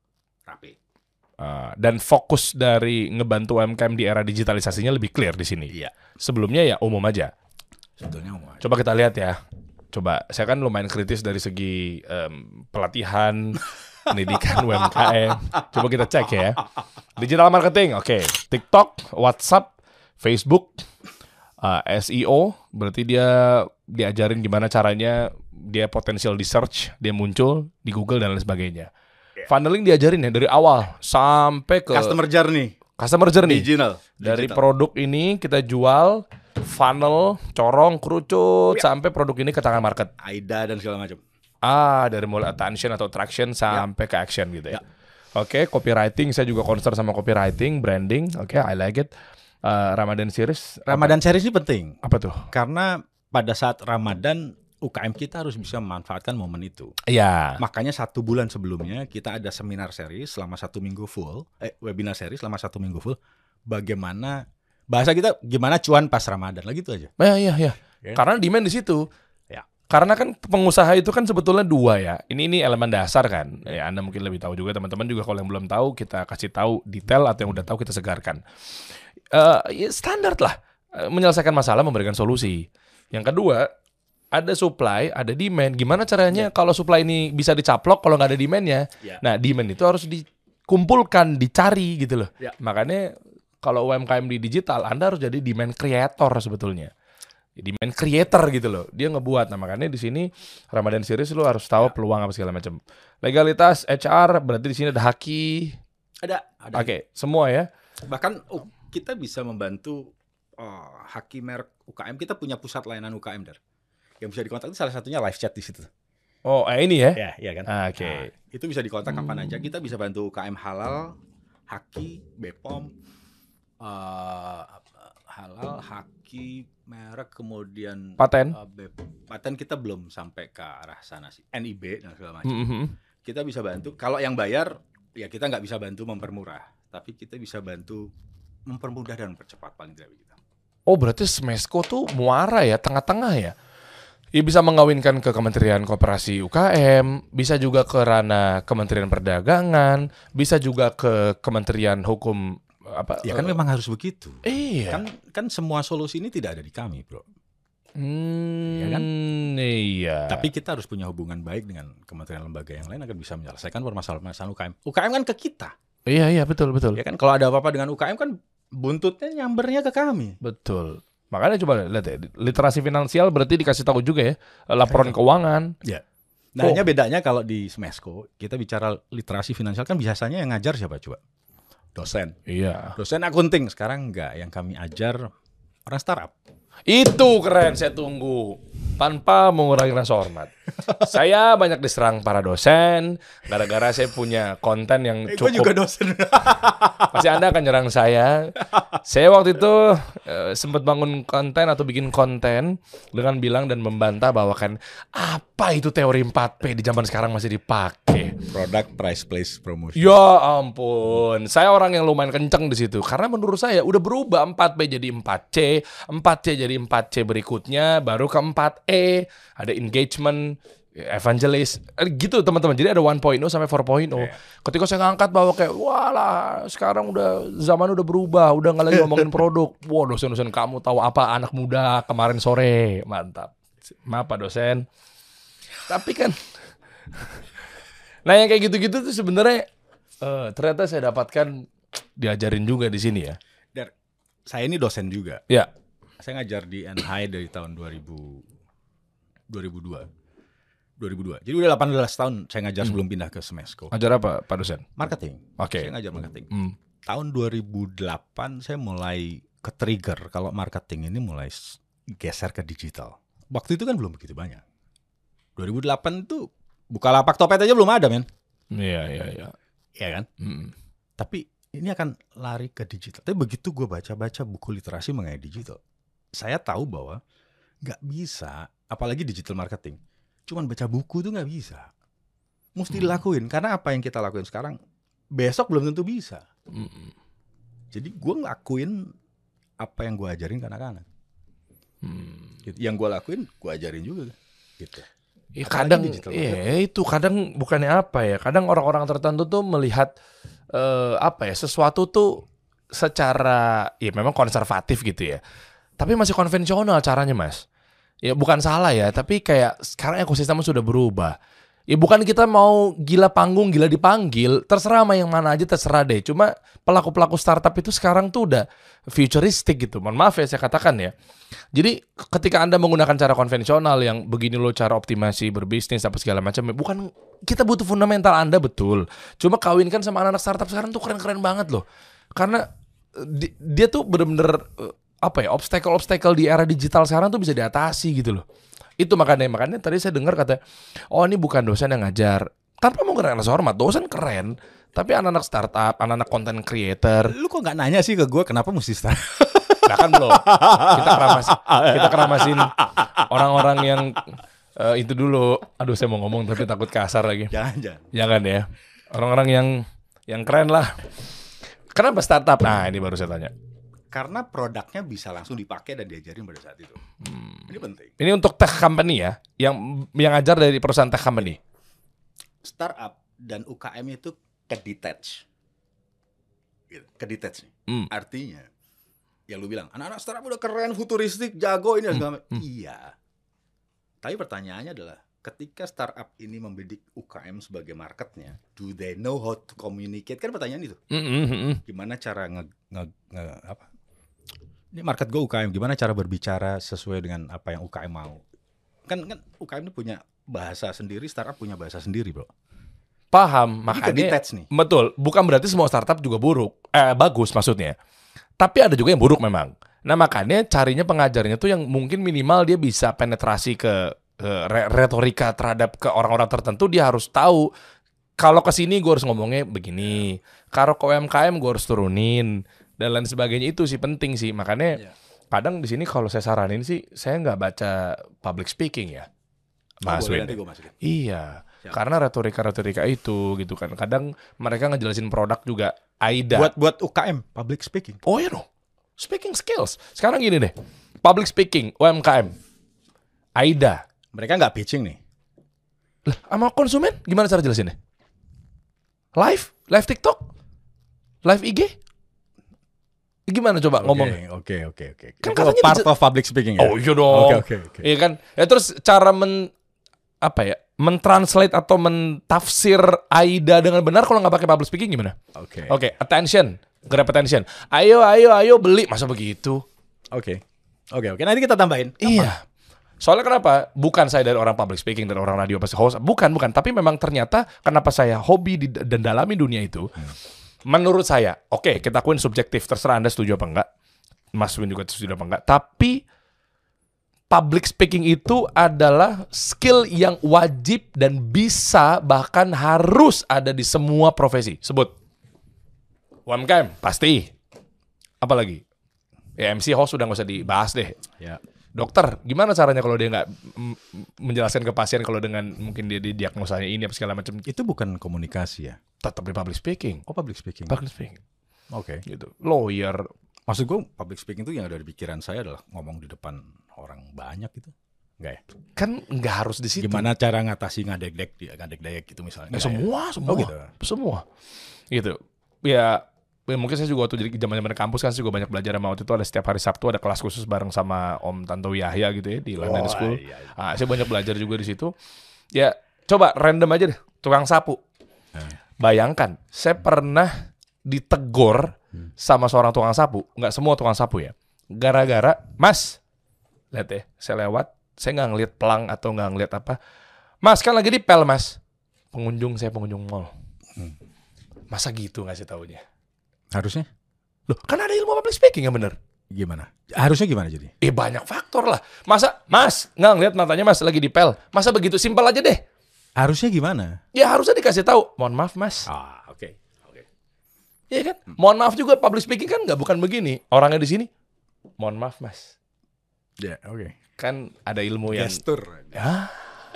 rapi. Uh, dan fokus dari ngebantu U M K M di era digitalisasinya lebih clear di sini. Iya. Sebelumnya ya umum aja. Sebetulnya umum. Coba kita lihat ya. Coba, saya kan lumayan kritis dari segi um, pelatihan, pendidikan U M K M. Coba kita cek ya. Digital marketing, oke. Okay. TikTok, WhatsApp, Facebook, uh, S E O. Berarti dia diajarin gimana caranya dia potensial di search, dia muncul di Google dan lain sebagainya. Yeah. Funneling diajarin ya dari awal sampai ke Customer journey. Customer journey. Digital. Dari Digital. produk ini kita jual, funnel, corong, kerucut, Ya. sampai produk ini ke tangan market. AIDA dan segala macam. Ah, dari mulai attention atau traction sampai ke action gitu ya. Ya. Oke, copywriting, saya juga concern sama copywriting, branding. Oke, I like it. Uh, Ramadan series. Ramadan series ini penting. Apa tuh? Karena pada saat Ramadan U K M kita harus bisa memanfaatkan momen itu. Iya. Makanya satu bulan sebelumnya kita ada seminar series selama satu minggu full, eh webinar series selama satu minggu full. Bagaimana bahasa kita gimana cuan pas Ramadan lah gitu aja. Ya, iya, iya. Ya. Karena demand di situ. Ya. Karena kan pengusaha itu kan sebetulnya dua ya. Ini ini elemen dasar kan. Ya, Anda mungkin lebih tahu juga, teman-teman juga kalau yang belum tahu kita kasih tahu detail atau yang udah tahu kita segarkan. Uh, ya standar lah. Uh, menyelesaikan masalah, memberikan solusi. Yang kedua, ada supply, ada demand. Gimana caranya kalau supply ini bisa dicaplok kalau nggak ada demandnya? Ya. Nah, demand itu harus dikumpulkan, dicari gitu loh. Ya. Makanya kalau U M K M di digital, Anda harus jadi demand creator sebetulnya. Demand creator gitu loh. Dia ngebuat. Nah, makanya di sini Ramadan series lu harus tahu peluang apa segala macam. Legalitas, H R, berarti di sini ada haki. Ada, ada. Oke, semua ya. Bahkan uh, kita bisa membantu uh, haki merek U K M. Kita punya pusat layanan U K M, Dar. Yang bisa dikontak itu salah satunya live chat di situ. Oh, eh, ini ya. Ya, iya kan. Ah, Oke. Nah, itu bisa dikontak kapan aja. Kita bisa bantu U K M halal, haki, B P O M, uh, halal, haki, merek, kemudian Paten. uh, B- paten kita belum sampai ke arah sana sih. N I B dan segala macam. Mm-hmm. Kita bisa bantu. Kalau yang bayar, ya kita nggak bisa bantu mempermurah, tapi kita bisa bantu mempermudah dan mempercepat paling tidak kita. Oh, berarti Smesco tuh muara ya, tengah-tengah ya. Ya bisa mengawinkan ke Kementerian Koperasi U K M, bisa juga ke ranah Kementerian Perdagangan, bisa juga ke Kementerian Hukum apa? Ya kan eh, memang harus begitu. Iya. Kan kan semua solusi ini tidak ada di kami, Bro. Hmm, Ya kan? Iya. Tapi kita harus punya hubungan baik dengan kementerian lembaga yang lain agar bisa menyelesaikan permasalahan-permasalahan U K M. U K M kan ke kita. Iya, iya, betul, betul. Ya kan kalau ada apa-apa dengan U K M kan buntutnya nyambernya ke kami. Betul. Makanya coba lihat ya, literasi finansial berarti dikasih tahu juga ya, laporan keuangan. Ya. Nah, hanya bedanya kalau di Smesco kita bicara literasi finansial kan biasanya yang ngajar siapa coba? Dosen. Iya. Dosen akunting. Sekarang enggak, yang kami ajar orang startup. Itu keren, saya tunggu. Tanpa mengurangi rasa hormat. Saya banyak diserang para dosen gara-gara saya punya konten yang Eh, cukup. gue juga dosen. Pasti Anda akan nyerang saya. Saya waktu itu eh, sempat bangun konten atau bikin konten dengan bilang dan membantah bahwa kan apa itu teori empat P di zaman sekarang masih dipakai. Product price place promotion. Ya ampun, saya orang yang lumayan kenceng di situ karena menurut saya udah berubah empat P jadi empat C, empat C jadi empat C berikutnya baru ke empat E, ada engagement, evangelist, eh, gitu teman-teman. Jadi ada one point oh sampai four point oh. Yeah. Ketika saya ngangkat bahwa kayak walah sekarang udah zaman udah berubah, udah nggak lagi ngomongin produk. Wah dosen-dosen kamu tahu apa anak muda kemarin sore, mantap. Maaf Pak dosen. Tapi kan, nah yang kayak gitu-gitu tuh sebenarnya eh, ternyata saya dapatkan diajarin juga di sini ya. Dan saya ini dosen juga. Ya. Saya ngajar di N H I dari tahun dua ribu dua ribu dua. dua ribu dua. Jadi udah delapan belas tahun saya ngajar sebelum pindah ke Smesco. Ajar apa Pak dosen? Marketing. Oke. Saya ngajar marketing. Hmm. Tahun dua ribu delapan saya mulai ke-trigger kalau marketing ini mulai s- geser ke digital. Waktu itu kan belum begitu banyak. dua ribu delapan itu Bukalapak Topet aja belum ada, men. Iya, iya, iya. Iya kan? Hmm. Tapi ini akan lari ke digital. Tapi begitu gue baca-baca buku literasi mengenai digital, saya tahu bahwa nggak bisa, apalagi digital marketing, cuman baca buku tuh nggak bisa. Mesti dilakuin, karena apa yang kita lakuin sekarang, besok belum tentu bisa. Hmm. Jadi gue ngelakuin apa yang gue ajarin ke anak-anak. Hmm. Gitu. Yang gue lakuin, gue ajarin juga. Gitu. Ya, Apalagi kadang digital. iya itu kadang bukannya apa ya, kadang orang-orang tertentu tuh melihat eh, apa ya, sesuatu tuh secara ya memang konservatif gitu ya, tapi masih konvensional caranya, Mas. Ya bukan salah ya, tapi kayak sekarang ekosistem sudah berubah. Ya bukan kita mau gila panggung, gila dipanggil, terserah sama yang mana aja terserah deh. Cuma pelaku-pelaku startup itu sekarang tuh udah futuristik gitu. Mohon maaf ya saya katakan ya. Jadi ketika Anda menggunakan cara konvensional yang begini loh cara optimasi berbisnis apa segala macam, bukan kita butuh fundamental Anda betul. Cuma kawinkan sama anak-anak startup sekarang tuh keren-keren banget loh. Karena eh, di- dia tuh bener-bener eh, apa ya, obstacle-obstacle di era digital sekarang tuh bisa diatasi gitu loh. Itu makanya makanya tadi saya dengar kata, oh ini bukan dosen yang ngajar. Tanpa mau keren rasa hormat, dosen keren. Tapi anak-anak startup, anak-anak content creator, Lu kok nggak nanya sih ke gue kenapa mesti start? nah kan belum. Kita keramas, kita keramasin orang-orang yang eh, itu dulu. Aduh saya mau ngomong tapi takut kasar lagi. Jangan jangan. Jangan ya. Orang-orang yang yang keren lah. Kenapa startup? Nah ini baru saya tanya. Karena produknya bisa langsung dipakai dan diajarin pada saat itu. Ini penting. Ini untuk tech company ya, yang yang ngajar dari perusahaan tech company. Startup dan U K M itu ke-detach. Gitu, ke-detach nih. Hmm. Artinya, ya lu bilang, anak-anak startup udah keren, futuristik, jago ini dan segala macam. Iya. Tapi pertanyaannya adalah, ketika startup ini membidik U K M sebagai marketnya, do they know how to communicate? Kan pertanyaan itu. Mm, mm, mm, mm. Gimana cara nge, nge, nge- apa? Ini market gue U K M, gimana cara berbicara sesuai dengan apa yang U K M mau? Kan kan U K M ini punya bahasa sendiri, startup punya bahasa sendiri, bro. Paham, Ini makanya ke-detach nih. betul. Bukan berarti semua startup juga buruk, eh bagus maksudnya. Tapi ada juga yang buruk memang. Nah makanya carinya pengajarnya tuh yang mungkin minimal dia bisa penetrasi ke, ke re- retorika terhadap ke orang-orang tertentu. Dia harus tahu kalau ke sini gue harus ngomongnya begini. Kalau ke U M K M gue harus turunin dan lain sebagainya. Itu sih penting sih. Makanya kadang di sini kalau saya saranin sih saya nggak baca public speaking ya, Mas Oh, boleh, Win. nanti gue masukin. Iya, Siap. karena retorika-retorika itu gitu kan. Kadang mereka ngejelasin produk juga AIDA. Buat buat U K M, public speaking. Oh iya dong, speaking skills. Sekarang gini deh, public speaking, U M K M, AIDA. Mereka nggak pitching nih. Lah, sama konsumen gimana cara jelasinnya? Live? Live TikTok? Live I G? Gimana coba ngomong? Oke, oke, oke. Kan Itu katanya part dije- of public speaking ya. Oh iya dong. Oke, oke, oke. Iya kan? Ya terus cara men apa ya? Mentranslate atau mentafsir AIDA dengan benar kalau nggak pakai public speaking gimana? Oke. Oke, attention, grab attention. Ayo, ayo, ayo beli. Masa begitu? Oke. Oke, oke. Nanti kita tambahin. Iya. Soalnya kenapa? Bukan saya dari orang public speaking, dari orang radio pas host. Bukan, bukan. Tapi memang ternyata kenapa saya hobi di, dan dalami dunia itu. Menurut saya, oke kita akuin subjektif. Terserah Anda setuju apa enggak. Mas Win juga setuju apa enggak. Tapi public speaking itu adalah skill yang wajib dan bisa bahkan harus ada di semua profesi. Sebut. U M K M, pasti. Apalagi? Ya M C host udah nggak usah dibahas deh. Ya. Dokter, gimana caranya kalau dia nggak mm, menjelaskan ke pasien kalau dengan mungkin dia di diagnosanya ini apa segala macam, Itu bukan komunikasi ya. tetap di public speaking. Oh, public speaking. Public speaking, Oke. gitu. Lawyer, Maksud gue public speaking itu yang ada di pikiran saya adalah ngomong di depan orang banyak gitu. Enggak ya? kan nggak harus di situ. Gimana cara ngatasi ngadek-dek, ngadek-dek gitu misalnya. Ya, Nggak ya? semua, semua, Oh, gitu. semua, gitu. Ya, ya mungkin saya juga waktu jadi zaman-zaman kampus kan saya juga banyak belajar sama waktu itu ada setiap hari Sabtu ada kelas khusus bareng sama Om Tanto Yahya gitu ya di London Oh, School. iya, iya. Ah, saya banyak belajar juga di situ. Ya, coba random aja deh, tukang sapu. Nah. Bayangkan, saya pernah ditegur sama seorang tukang sapu, nggak semua tukang sapu ya. Gara-gara, Mas, lihat ya, saya lewat, saya nggak ngeliat pelang atau nggak ngeliat apa. Mas, kan lagi di pel, Mas. Pengunjung, saya pengunjung mall. Masa gitu ngasih taunya? Harusnya Loh, kan ada ilmu public speaking yang bener. gimana? Harusnya gimana jadi? Eh, banyak faktor lah. Masa, Mas, nggak ngeliat matanya Mas lagi di pel. Masa begitu simpel aja deh. Harusnya gimana? Ya harusnya dikasih tahu. Mohon maaf, Mas. Ah, oke. Oke. Iya kan? Mohon maaf juga public speaking kan nggak bukan begini. Orangnya di sini. Mohon maaf, Mas. Ya, oke. Kan ada ilmu yang Gestur. ya,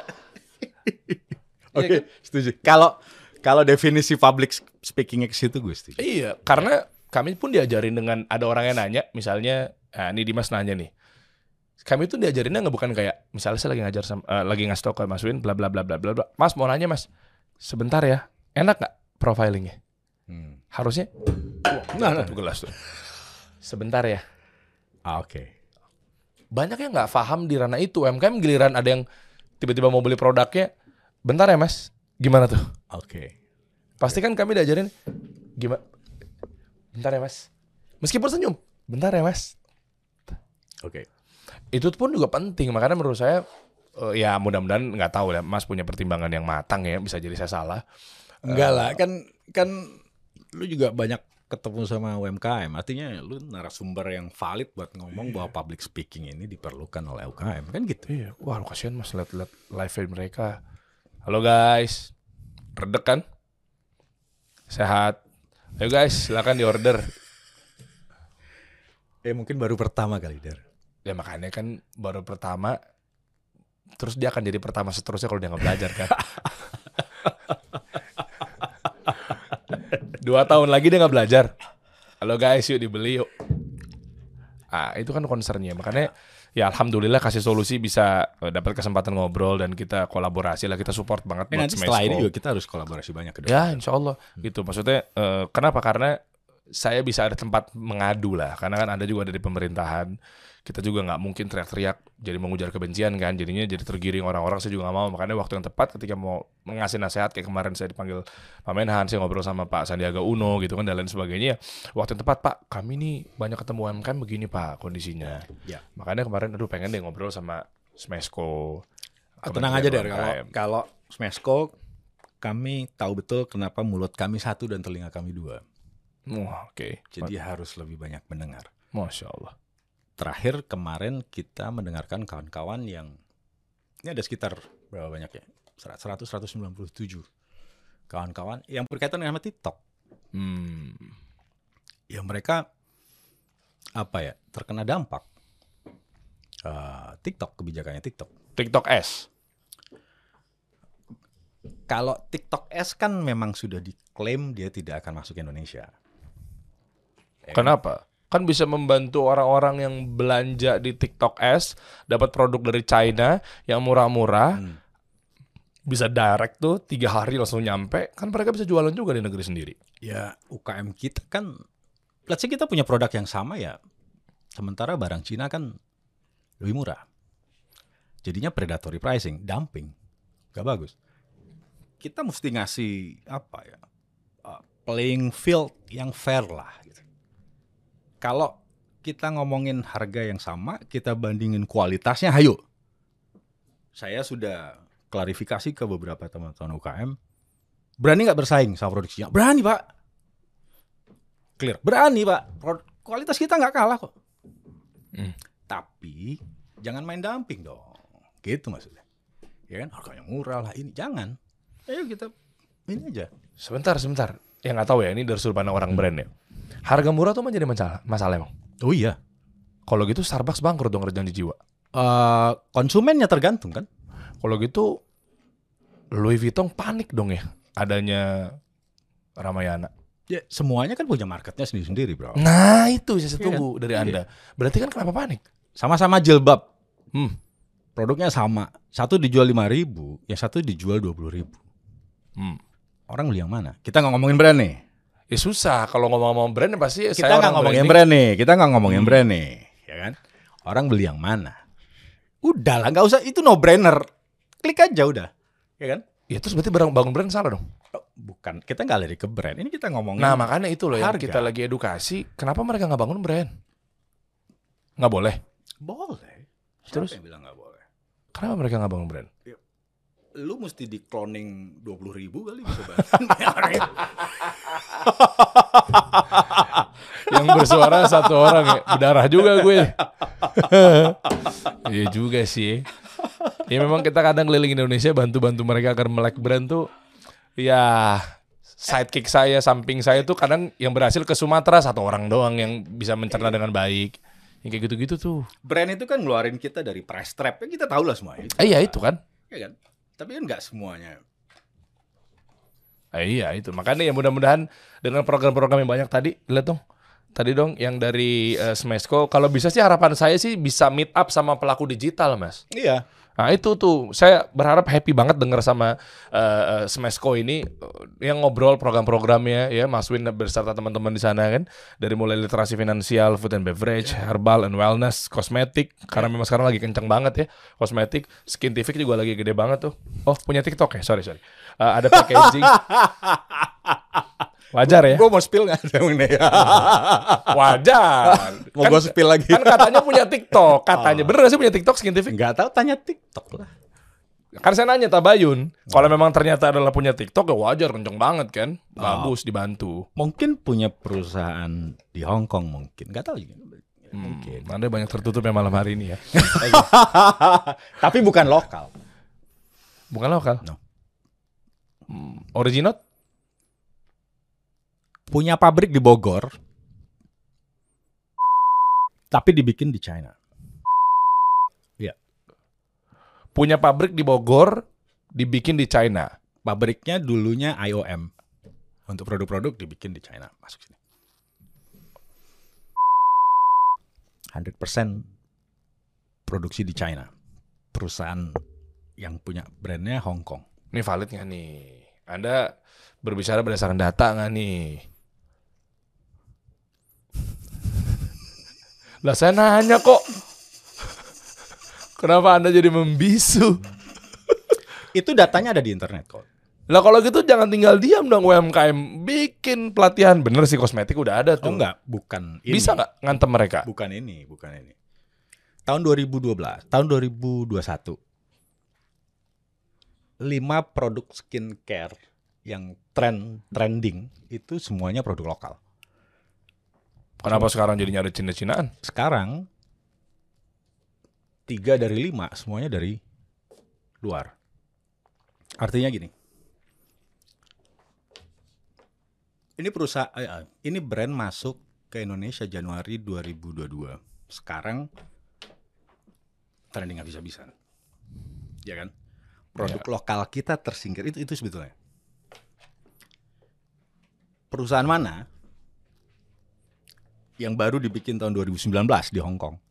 Oke, setuju. Kalau kalau definisi public speakingnya ke situ gue setuju. iya, karena kami pun diajarin dengan ada orang yang nanya, misalnya, nah, ini Dimas nanya nih, kami tuh diajarinnya nggak bukan kayak misalnya saya lagi ngajar sama, uh, lagi ngasih tau ke Mas Win bla bla bla bla bla bla. Mas mau nanya Mas, sebentar ya, enak nggak profilingnya? Hmm. Harusnya, Nah, nah. satu gelas tuh. Sebentar ya. Ah, oke. Banyak yang nggak paham di ranah itu. U M K M giliran ada yang tiba-tiba mau beli produknya, bentar ya Mas, gimana tuh? Oke. Pasti kan kami diajarin gimana? Bentar ya Mas. Meskipun senyum, bentar ya Mas. Oke. Itu pun juga penting, makanya menurut saya uh, ya mudah-mudahan nggak tahu ya Mas punya pertimbangan yang matang ya, bisa jadi saya salah. Enggak lah, kan kan lu juga banyak ketemu sama U M K M, artinya lu narasumber yang valid buat ngomong bahwa public speaking ini diperlukan oleh U K M, kan gitu. Iya, wah lu kasihan Mas lihat-lihat live feed mereka. Halo guys, redek kan? Sehat. Ayo guys, silakan di order. Eh mungkin baru pertama kali, Der. Ya makanya kan baru pertama, terus dia akan jadi pertama seterusnya kalau dia nggak belajar kan. Dua tahun lagi dia nggak belajar. Halo guys, yuk dibeli yuk. Ah itu kan concernnya. Makanya ya alhamdulillah kasih solusi bisa uh, dapat kesempatan ngobrol dan kita kolaborasi lah, kita support banget. Eh, buat nanti setelah Smesco. ini juga kita harus kolaborasi banyak ke depan. Ya insya Allah gitu. Maksudnya uh, kenapa? Karena saya bisa ada tempat mengadu lah. Karena kan Anda juga ada di pemerintahan. Kita juga nggak mungkin teriak-teriak jadi mengujar kebencian kan. Jadinya jadi tergiring orang-orang. Saya juga nggak mau. Makanya waktu yang tepat ketika mau ngasih nasihat kayak kemarin saya dipanggil Pak Menhan, saya ngobrol sama Pak Sandiaga Uno gitu kan dan lain sebagainya. Waktu yang tepat, Pak, kami nih banyak ketemu U M K M begini Pak kondisinya. Ya. Makanya kemarin aduh pengen deh ngobrol sama Smesco. Ah, tenang aja, Der. Kementerian Kalau U M K M. kalau Smesco, kami tahu betul kenapa mulut kami satu dan telinga kami dua. Wah, oke. Jadi harus lebih banyak mendengar. Masya Allah. Terakhir kemarin kita mendengarkan kawan-kawan yang ini ada sekitar berapa banyak ya? seratus seratus sembilan puluh tujuh kawan-kawan yang berkaitan dengan TikTok. Hmm. Ya mereka apa ya? Terkena dampak uh, TikTok, kebijakannya TikTok. TikTok S. Kalau TikTok S kan memang sudah diklaim dia tidak akan masuk Indonesia. Ya kan? Kenapa? Kan bisa membantu orang-orang yang belanja di TikTok S dapat produk dari China yang murah-murah, Hmm. bisa direct tuh tiga hari langsung nyampe, kan mereka bisa jualan juga di negeri sendiri. Ya U K M kita kan, let's say kita punya produk yang sama ya, sementara barang Cina kan lebih murah. Jadinya predatory pricing, dumping, gak bagus. Kita mesti ngasih apa ya, uh, playing field yang fair lah. Gitu. Kalau kita ngomongin harga yang sama, kita bandingin kualitasnya, hayo. Saya sudah klarifikasi ke beberapa teman-teman U K M, berani nggak bersaing sama produksinya? Berani Pak. Clear, berani Pak. Pro- kualitas kita nggak kalah kok. Hmm. Tapi jangan main dumping dong. Gitu maksudnya. Ya kan, harganya murah lah ini. Jangan. Ayo kita ini aja. Sebentar, sebentar. Ya nggak tahu ya, ini dari sudut pandang orang brand ya. Harga murah tuh menjadi masalah, masalah emang. Oh iya. Kalau gitu Starbucks bangkrut dong kerjaan di jiwa. Uh, konsumennya tergantung kan. Kalau gitu Louis Vuitton panik dong ya adanya Ramayana. Ya semuanya kan punya marketnya sendiri-sendiri bro. Nah itu saya Iya tunggu kan? dari Iya. Anda. Berarti kan kenapa panik? Sama-sama jilbab. Hmm. Produknya sama. Satu dijual lima ribu, yang satu dijual dua puluh ribu. Hmm. Orang beli yang mana? Kita nggak ngomongin brand nih. Ya susah kalau ngomong-ngomong brand pasti Kita saya nggak orang ngomongin branding. brand nih. Kita nggak ngomongin Hmm. brand nih, ya kan? Orang beli yang mana? Udah lah, nggak usah. Itu no brainer. Klik aja udah, ya kan? Ya terus berarti barang bangun brand salah dong. Oh, bukan, kita nggak lari ke brand. Ini kita ngomongin. Nah makanya itu loh yang harga. kita lagi edukasi. Kenapa mereka nggak bangun brand? Nggak boleh. boleh. Terus? Siapa yang bilang nggak boleh? Kenapa mereka nggak bangun brand? Lu mesti di cloning dua puluh ribu kali bisa banget. Yang bersuara satu orang ya. Berdarah juga gue. Iya juga sih. Ya memang kita kadang keliling Indonesia bantu-bantu mereka agar melek brand tuh. Ya sidekick saya, samping saya tuh kadang yang berhasil ke Sumatera satu orang doang yang bisa mencerna dengan baik. Yang kayak gitu-gitu tuh. Brand itu kan ngeluarin kita dari price trap. Ya kita tahu lah semua itu. Eh iya itu kan. Ya kan? Tapi kan nggak semuanya. Eh, iya itu. Makanya ya mudah-mudahan dengan program-program yang banyak tadi, lihat dong. tadi dong yang dari uh, Smesco. Kalau bisa sih harapan saya sih bisa meet up sama pelaku digital, Mas. Iya. Nah itu tuh saya berharap happy banget denger sama uh, uh, Smesco ini uh, yang ngobrol program-programnya ya Mas Win beserta teman-teman di sana kan, dari mulai literasi finansial, food and beverage, herbal and wellness, kosmetik karena memang sekarang lagi kenceng banget ya kosmetik, skintific juga lagi gede banget tuh. Oh punya TikTok ya, sorry sorry. Uh, ada packaging. Wajar ya? Gue mau spill nggak ada ini? Wajar. Mau Kan- gue spill lagi? Kan katanya punya TikTok, katanya bener gak sih punya TikTok skintific? Nggak tahu, tanya TikTok lah. Kan saya nanya Tabayun, kalau memang ternyata adalah punya TikTok ya wajar, kenceng banget kan, bagus dibantu. Mungkin punya perusahaan di Hong Kong mungkin, nggak tahu juga. Hmm, Mungkin. Anda banyak tertutup ya malam hari ini ya. Tapi bukan lokal. Bukan lokal. No. Hmm, Originot? Punya pabrik di Bogor, tapi dibikin di China. Iya. Punya pabrik di Bogor, dibikin di China. Pabriknya dulunya I O M. Untuk produk-produk dibikin di China. Masuk sini. seratus persen produksi di China. Perusahaan yang punya brandnya Hong Kong. Ini valid nggak nih? Anda berbicara berdasarkan data nggak nih? Lah saya nanya kok. Kenapa Anda jadi membisu? Itu datanya ada di internet kok. Lah kalau gitu jangan tinggal diam dong U M K M. Bikin pelatihan. Bener sih kosmetik udah ada tuh. Oh enggak, bukan ini. Bisa nggak ngantem mereka? Bukan ini, bukan ini. Tahun dua ribu dua belas, tahun dua ribu dua puluh satu. lima produk skincare yang trend trending itu semuanya produk lokal. Kenapa sekarang jadi nyari Cina-Cinaan? Sekarang tiga dari lima semuanya dari luar. Artinya gini. Ini perusahaan eh, ini brand masuk ke Indonesia Januari dua ribu dua puluh dua. Sekarang trending habis-habisan. Ya kan? Produk Ya. lokal kita tersingkir itu itu sebetulnya. Perusahaan mana yang baru dibikin tahun dua ribu sembilan belas di Hong Kong,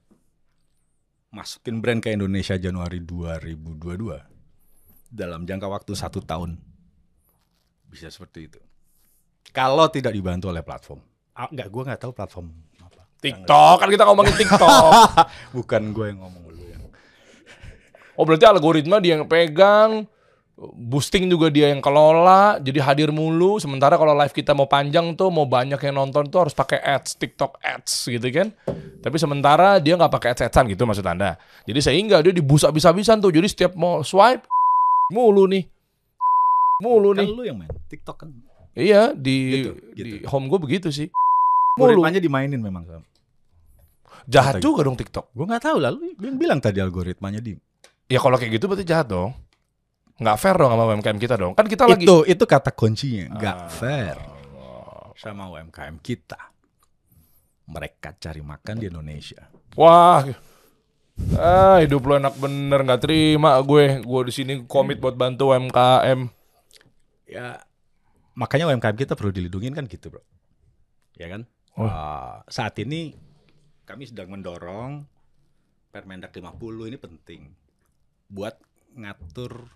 masukin brand ke Indonesia Januari dua ribu dua puluh dua, dalam jangka waktu satu tahun bisa seperti itu. Kalau tidak dibantu oleh platform, ah, enggak, gue nggak tahu platform apa. TikTok, kan kita ngomongin TikTok. Bukan gue yang ngomong dulu ya. Oh berarti algoritma dia yang pegang, boosting juga dia yang kelola, jadi hadir mulu. Sementara kalau live kita mau panjang tuh, mau banyak yang nonton tuh harus pakai ads, TikTok ads gitu kan. Tapi sementara dia nggak pakai ads-adsan gitu maksud Anda. Jadi sehingga dia diboost habis-habisan tuh. Jadi setiap mau swipe, mulu nih. Mulu Kan nih. lu yang main TikTok kan. Iya, di, Gitu, di gitu. home gue begitu sih. Mulu. Algoritmanya dimainin memang. Jahat juga dong TikTok. Gue nggak tahu, lalu yang bilang tadi algoritmanya di. Ya kalau kayak gitu berarti jahat dong. Nggak fair dong sama U M K M kita dong. Kan kita lagi... Itu itu kata kuncinya, nggak Ah, fair sama U M K M kita. Mereka cari makan di Indonesia. Wah, ah hidup lo enak bener, nggak terima gue, gue di sini komit buat bantu U M K M. Ya, makanya U M K M kita perlu dilindungin kan gitu, bro. Ya kan? Oh. Uh, saat ini kami sedang mendorong Permendak lima puluh ini penting buat ngatur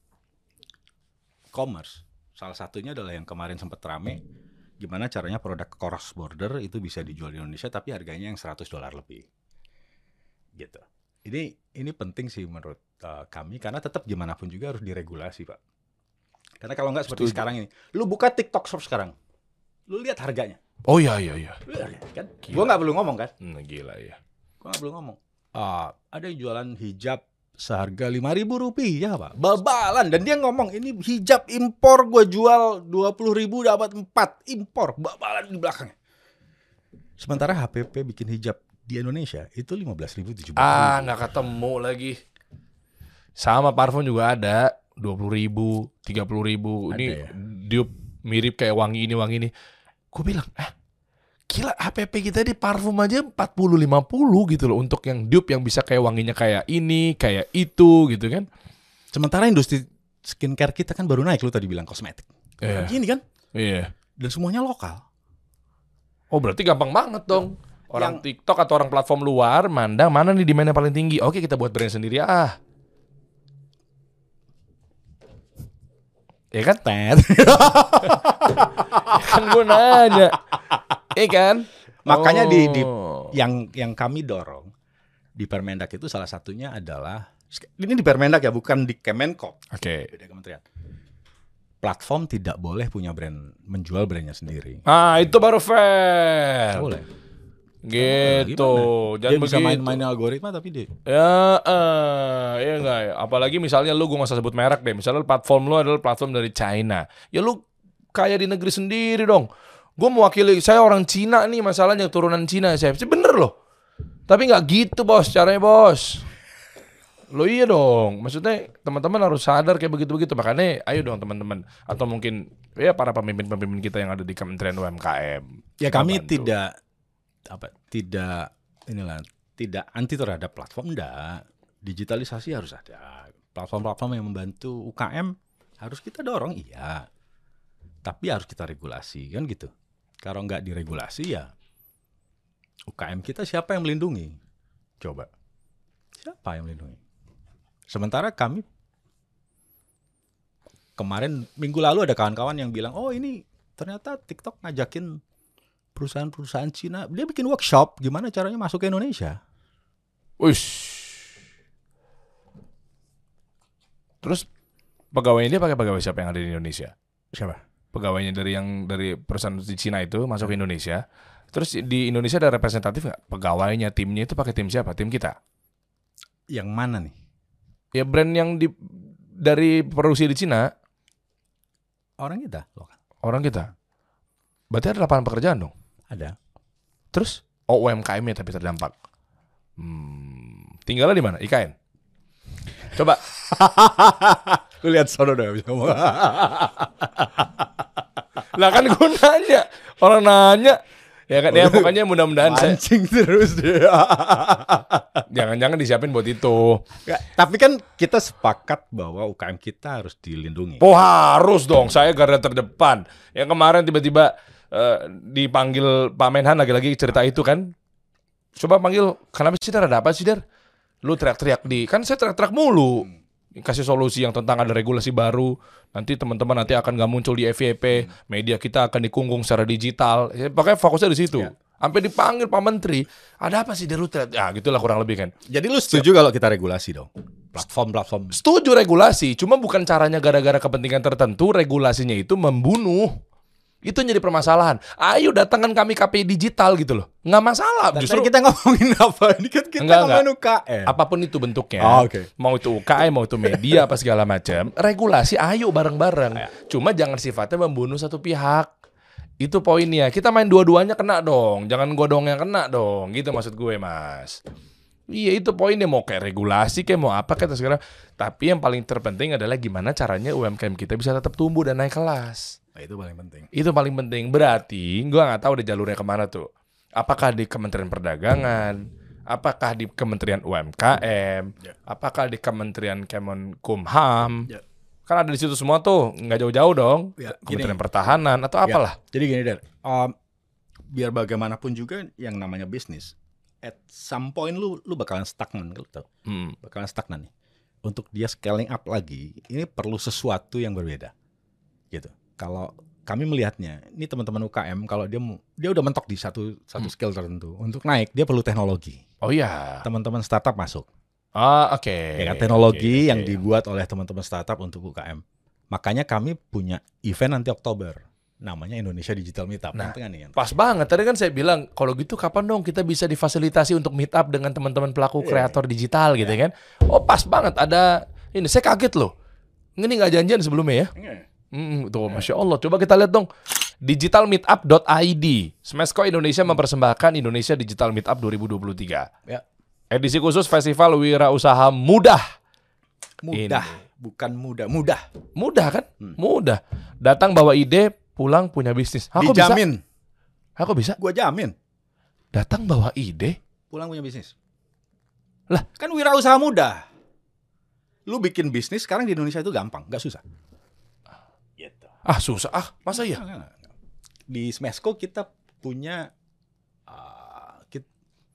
commerce. Salah satunya adalah yang kemarin sempat rame, gimana caranya produk cross border itu bisa dijual di Indonesia tapi harganya yang seratus dolar lebih. Gitu. Ini ini penting sih menurut uh, kami karena tetap gimana pun juga harus diregulasi, Pak. Karena kalau nggak seperti Setuju. sekarang ini, lu buka TikTok Shop sekarang, lu lihat harganya. Oh iya iya iya. Lu lihat kan? Gila. Gua nggak perlu ngomong kan? Hmm, gila ya. Gua nggak perlu ngomong. Ah, ada yang jualan hijab seharga lima ribu rupiah, Pak. Babalan, dan dia ngomong ini hijab impor gua jual dua puluh ribu dapat empat impor, babalan di belakangnya. Sementara H P P bikin hijab di Indonesia itu lima belas ribu, tujuh belas ribu. Ah nggak ketemu lagi. Sama parfum juga ada dua puluh ribu, tiga puluh ribu. Ada Ini ya? dupe mirip kayak wangi ini wangi ini. Gue bilang, eh gila H P P kita di parfum aja empat puluh lima puluh gitu loh untuk yang dupe yang bisa kayak wanginya kayak ini, kayak itu gitu kan. Sementara industri skincare kita kan baru naik, lu tadi bilang kosmetik. Iya. Gini kan? Iya. Dan semuanya lokal. Oh berarti gampang banget dong. Orang Yang- TikTok atau orang platform luar mandang mana nih demand yang paling tinggi. Oke kita buat brand sendiri ah. Ya kan? Tet. Kan gue nanya. Iya kan? Makanya di, di Oh. yang yang kami dorong di Permendak itu salah satunya adalah ini di Permendak ya, bukan di Kemenko. Oke. Beda kementerian. Platform tidak boleh punya brand, menjual brandnya sendiri. Ah itu baru fair. Boleh. Gitu. Dia Jangan bisa begitu. main-main algoritma tapi dia Ya, eh, ya enggak ya. Apalagi misalnya lu, gue gak usah sebut merek deh. Misalnya platform lu adalah platform dari China. Ya lu kayak di negeri sendiri dong. Gue mewakili, saya orang Cina nih masalahnya, turunan Cina saya. Bener loh. Tapi nggak gitu bos, caranya bos. Lo iya dong. Maksudnya teman-teman harus sadar kayak begitu-begitu. Makanya ayo dong teman-teman. Atau mungkin ya para pemimpin-pemimpin kita yang ada di Kementerian U M K M. ya kami Bantu. tidak apa tidak inilah tidak anti terhadap platform, enggak. Digitalisasi harus ada. Platform-platform yang membantu U K M harus kita dorong, iya. Tapi harus kita regulasi kan gitu. Kalau nggak diregulasi ya U K M kita siapa yang melindungi? Coba. Siapa yang melindungi? Sementara kami kemarin minggu lalu ada kawan-kawan yang bilang, "Oh, ini ternyata TikTok ngajakin perusahaan-perusahaan Cina, dia bikin workshop gimana caranya masuk ke Indonesia." Uish. Terus pegawainya dia pakai pegawai siapa yang ada di Indonesia? Siapa? Pegawainya dari yang dari perusahaan di Cina itu masuk ke Indonesia. Terus di Indonesia ada representatif nggak? Pegawainya, timnya itu pakai tim siapa? Tim kita. Yang mana nih? Ya brand yang di dari produksi di Cina, Orang kita lokal. orang kita. Berarti ada lapangan pekerjaan dong. Ada. Terus oh U M K M-nya tapi terdampak. Hmm, tinggalnya di mana? I K N. Coba. Lu lihat sono dong bisa ngomong. Lah kan gue nanya. Orang nanya. Ya kan ya pokoknya mudah-mudahan saya Mancing terus dia. jangan-jangan disiapin buat itu. Nggak, tapi kan kita sepakat bahwa U K M kita harus dilindungi. Oh harus dong, saya garda terdepan. Yang kemarin tiba-tiba eh, dipanggil Pak Menhan lagi-lagi cerita itu kan. Coba panggil, kenapa sih Dar, ada apa sih Dar? Lu teriak-teriak di, kan saya teriak-teriak mulu. Kasih solusi yang tentang ada regulasi baru. Nanti teman-teman nanti akan gak muncul di F Y P. Media kita akan dikungkung secara digital. Ya, pokoknya fokusnya di situ. Ya. Sampai dipanggil Pak Menteri, ada apa sih Dar, lu teriak? Ya gitulah kurang lebih kan. Jadi lu setuju kalau kita regulasi dong? Platform-platform. Setuju regulasi, cuma bukan caranya gara-gara kepentingan tertentu, regulasinya itu membunuh. Itu yang jadi permasalahan. Ayo datangkan kami K P I digital gitu loh. Nggak masalah. Dan Justru tadi kita ngomongin apa? Ini kan kita Enggak, ngomongin U K M. apapun itu bentuknya. Oh, oke. Mau itu U K M, mau itu media apa segala macam. Regulasi ayo bareng-bareng. Cuma jangan sifatnya membunuh satu pihak. Itu poinnya. Kita main dua-duanya kena dong. Jangan gua dong yang kena dong. Gitu maksud gue, Mas. Iya itu poinnya, mau kayak regulasi kayak mau apa kayak sekarang. Tapi yang paling terpenting adalah gimana caranya U M K M kita bisa tetap tumbuh dan naik kelas. Nah, itu paling penting. Itu paling penting. Berarti gue nggak tahu deh jalurnya kemana tuh. Apakah di Kementerian Perdagangan? Apakah di Kementerian U M K M? Ya. Apakah di Kementerian Kemenkumham? Ya. Kan ada di situ semua tuh, nggak jauh-jauh dong. Ya, Kementerian gini. Pertahanan atau apalah. Ya, jadi gini Der, um, biar bagaimanapun juga yang namanya bisnis, at some point lu lu bakalan stagnan, lu tau, Hmm. bakalan stagnan nih. Untuk dia scaling up lagi, ini perlu sesuatu yang berbeda, gitu. Kalau kami melihatnya, ini teman-teman U K M kalau dia mau, dia udah mentok di satu satu Hmm. skill tertentu, untuk naik dia perlu teknologi. Oh iya. Teman-teman startup masuk, Ah oke. ya kan? Teknologi Oke, yang oke. dibuat oleh teman-teman startup untuk U K M. Makanya kami punya event nanti Oktober, namanya Indonesia Digital Meetup. Nah, Nanti kan nih, Pas banget. Tadi kan saya bilang, kalau gitu kapan dong kita bisa difasilitasi untuk meet up dengan teman-teman pelaku Iya. kreator digital gitu kan. Oh pas banget ada ini. Saya kaget loh. Ini nggak janjian sebelumnya ya. Hmm, tuh Masya Allah. Coba kita lihat dong. digital meetup dot I D. Smesco Indonesia mempersembahkan Indonesia Digital Meetup dua ribu dua puluh tiga. Ya. Edisi khusus Festival Wirausaha Mudah. Mudah, bukan mudah, mudah. Mudah kan? Hmm. Mudah. Datang bawa ide, pulang punya bisnis. Aku bisa. Dijamin, Aku bisa. gua jamin. Datang bawa ide. Pulang punya bisnis. Lah. Kan wirausaha mudah. Lu bikin bisnis sekarang di Indonesia itu gampang, nggak susah. Gitu. Ah susah. Ah masa iya? Di Smesco kita punya uh, kit,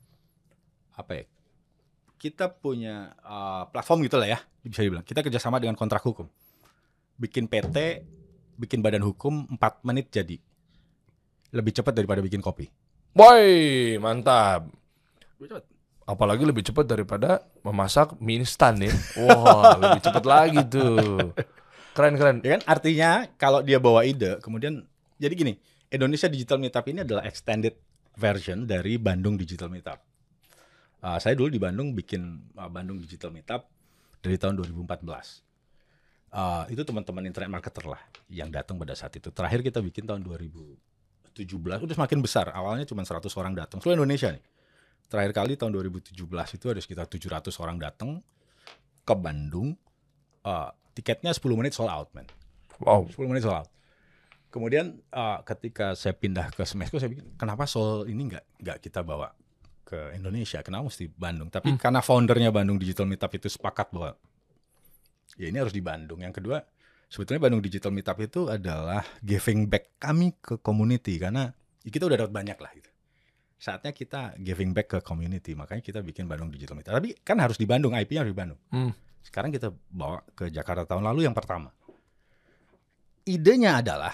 apa ya? Kita punya uh, platform gitu lah ya, bisa dibilang. Kita kerjasama dengan kontrak hukum. Bikin P T, bikin badan hukum empat menit jadi. Lebih cepat daripada bikin kopi. Boy, mantap. Lebih cepat. Apalagi lebih cepat daripada memasak mie instan ya. Wah, lebih cepat lagi tuh. Keren-keren. Ya kan? Artinya kalau dia bawa ide, kemudian jadi gini, Indonesia Digital Meetup ini adalah extended version dari Bandung Digital Meetup. Uh, saya dulu di Bandung bikin uh, Bandung Digital Meetup dari tahun dua ribu empat belas. Uh, itu teman-teman internet marketer lah yang datang pada saat itu. Terakhir kita bikin tahun dua ribu tujuh belas, udah semakin besar. Awalnya cuma seratus orang datang. Seluruh Indonesia nih. Terakhir kali tahun dua ribu tujuh belas itu ada sekitar tujuh ratus orang datang ke Bandung. Uh, tiketnya sepuluh menit sold out, man. Wow. sepuluh menit sold out. Kemudian uh, ketika saya pindah ke Smesco, saya pikir kenapa soal ini nggak nggak kita bawa ke Indonesia? Kenapa mesti Bandung? Tapi hmm. karena foundernya Bandung Digital Meetup itu sepakat bahwa ya ini harus di Bandung. Yang kedua, sebetulnya Bandung Digital Meetup itu adalah giving back kami ke community karena kita udah dapat banyak lah gitu. Saatnya kita giving back ke community, makanya kita bikin Bandung Digital Meetup. Tapi kan harus di Bandung, I P-nya harus di Bandung. Hmm. Sekarang kita bawa ke Jakarta tahun lalu yang pertama. Idenya adalah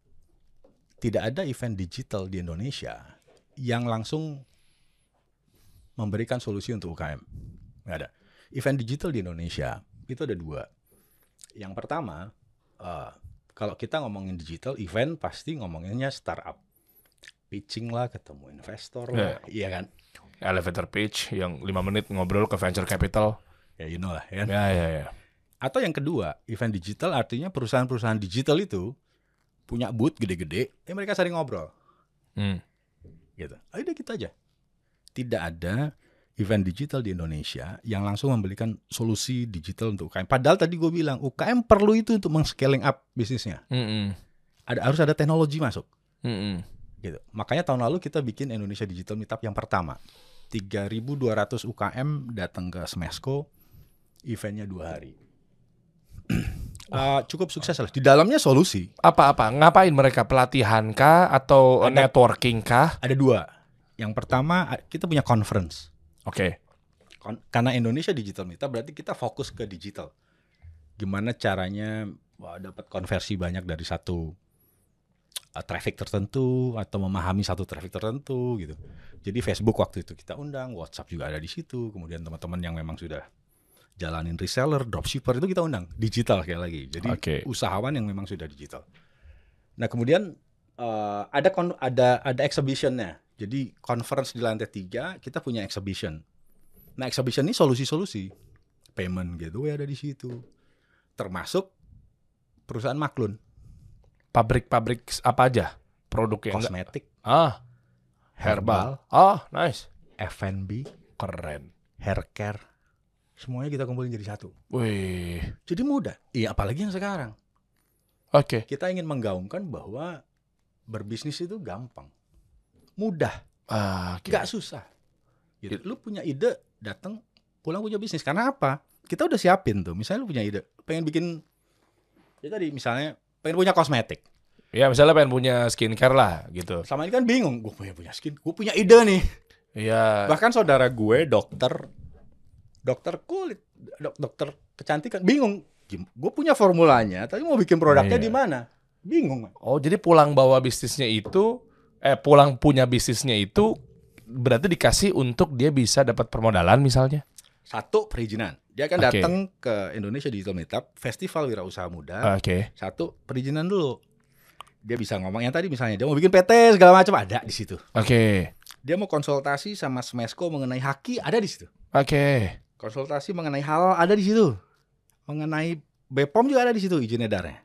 tidak ada event digital di Indonesia yang langsung memberikan solusi untuk U K M. Nggak ada. Event digital di Indonesia itu ada dua. Yang pertama, uh, kalau kita ngomongin digital event pasti ngomonginnya startup. Pitching lah, ketemu investor lah, yeah. Iya kan? Elevator pitch yang lima menit ngobrol ke venture capital. Ya you know lah, ya kan? Ya, ya, ya. Atau yang kedua, event digital artinya perusahaan-perusahaan digital itu punya booth gede-gede, ya mereka sering ngobrol. Hmm. Gitu. Ayo deh kita aja. Tidak ada event digital di Indonesia yang langsung memberikan solusi digital untuk U K M. Padahal tadi gue bilang, U K M perlu itu untuk meng-scaling up bisnisnya. Mm-mm. Ada, harus ada teknologi masuk. Mm-mm. Gitu. Makanya tahun lalu kita bikin Indonesia Digital Meetup yang pertama. tiga ribu dua ratus U K M datang ke Smesco, eventnya dua hari. uh, cukup sukses lah. Di dalamnya solusi. Apa-apa? Ngapain mereka? Pelatihan kah atau ada, networking kah? Ada dua. Yang pertama kita punya conference. Oke. Okay. Kon- karena Indonesia Digital Meetup berarti kita fokus ke digital. Gimana caranya wah, dapat konversi banyak dari satu uh, traffic tertentu atau memahami satu traffic tertentu gitu. Jadi Facebook waktu itu kita undang, WhatsApp juga ada di situ. Kemudian teman-teman yang memang sudah jalanin reseller, dropshipper itu kita undang digital sekali lagi. Jadi okay. usahawan yang memang sudah digital. Nah kemudian uh, ada kon- ada ada exhibitionnya. Jadi conference di lantai tiga kita punya exhibition. Nah exhibition ini solusi-solusi payment gateway ada di situ. Termasuk perusahaan maklun. Pabrik-pabrik apa aja? Produk yang kosmetik. Ah, herbal. Ah, nice. F and B. Keren. Hair care. Semuanya kita kumpulin jadi satu. Wih. Jadi mudah. Iya, apalagi yang sekarang. Oke. Okay. Kita ingin menggaungkan bahwa berbisnis itu gampang. Mudah. Ah, okay. Gak susah. Gitu. Lu punya ide, datang, pulang punya bisnis. Karena apa? Kita udah siapin tuh. Misalnya lu punya ide, pengen bikin, ya tadi misalnya, pengen punya kosmetik. Ya misalnya pengen punya skincare lah gitu. Sama ini kan bingung. Gue punya, punya skin, gue punya ide nih. Iya. Bahkan saudara gue, dokter, dokter kulit, dok, dokter kecantikan, bingung. Gue punya formulanya, tapi mau bikin produknya nah, iya. di mana? Bingung. Man. Oh, jadi pulang bawa bisnisnya itu, eh pulang punya bisnisnya itu berarti dikasih untuk dia bisa dapat permodalan misalnya? Satu, perizinan. Dia akan okay. datang ke Indonesia Digital Meetup, Festival Wirausaha Muda. Oke. Okay. Satu, perizinan dulu. Dia bisa ngomong yang tadi misalnya, dia mau bikin P T segala macam ada di situ. Oke. Okay. Dia mau konsultasi sama Smesco mengenai haki ada di situ. Oke. Okay. Konsultasi mengenai halal ada di situ. Mengenai B P O M juga ada di situ izin edarnya.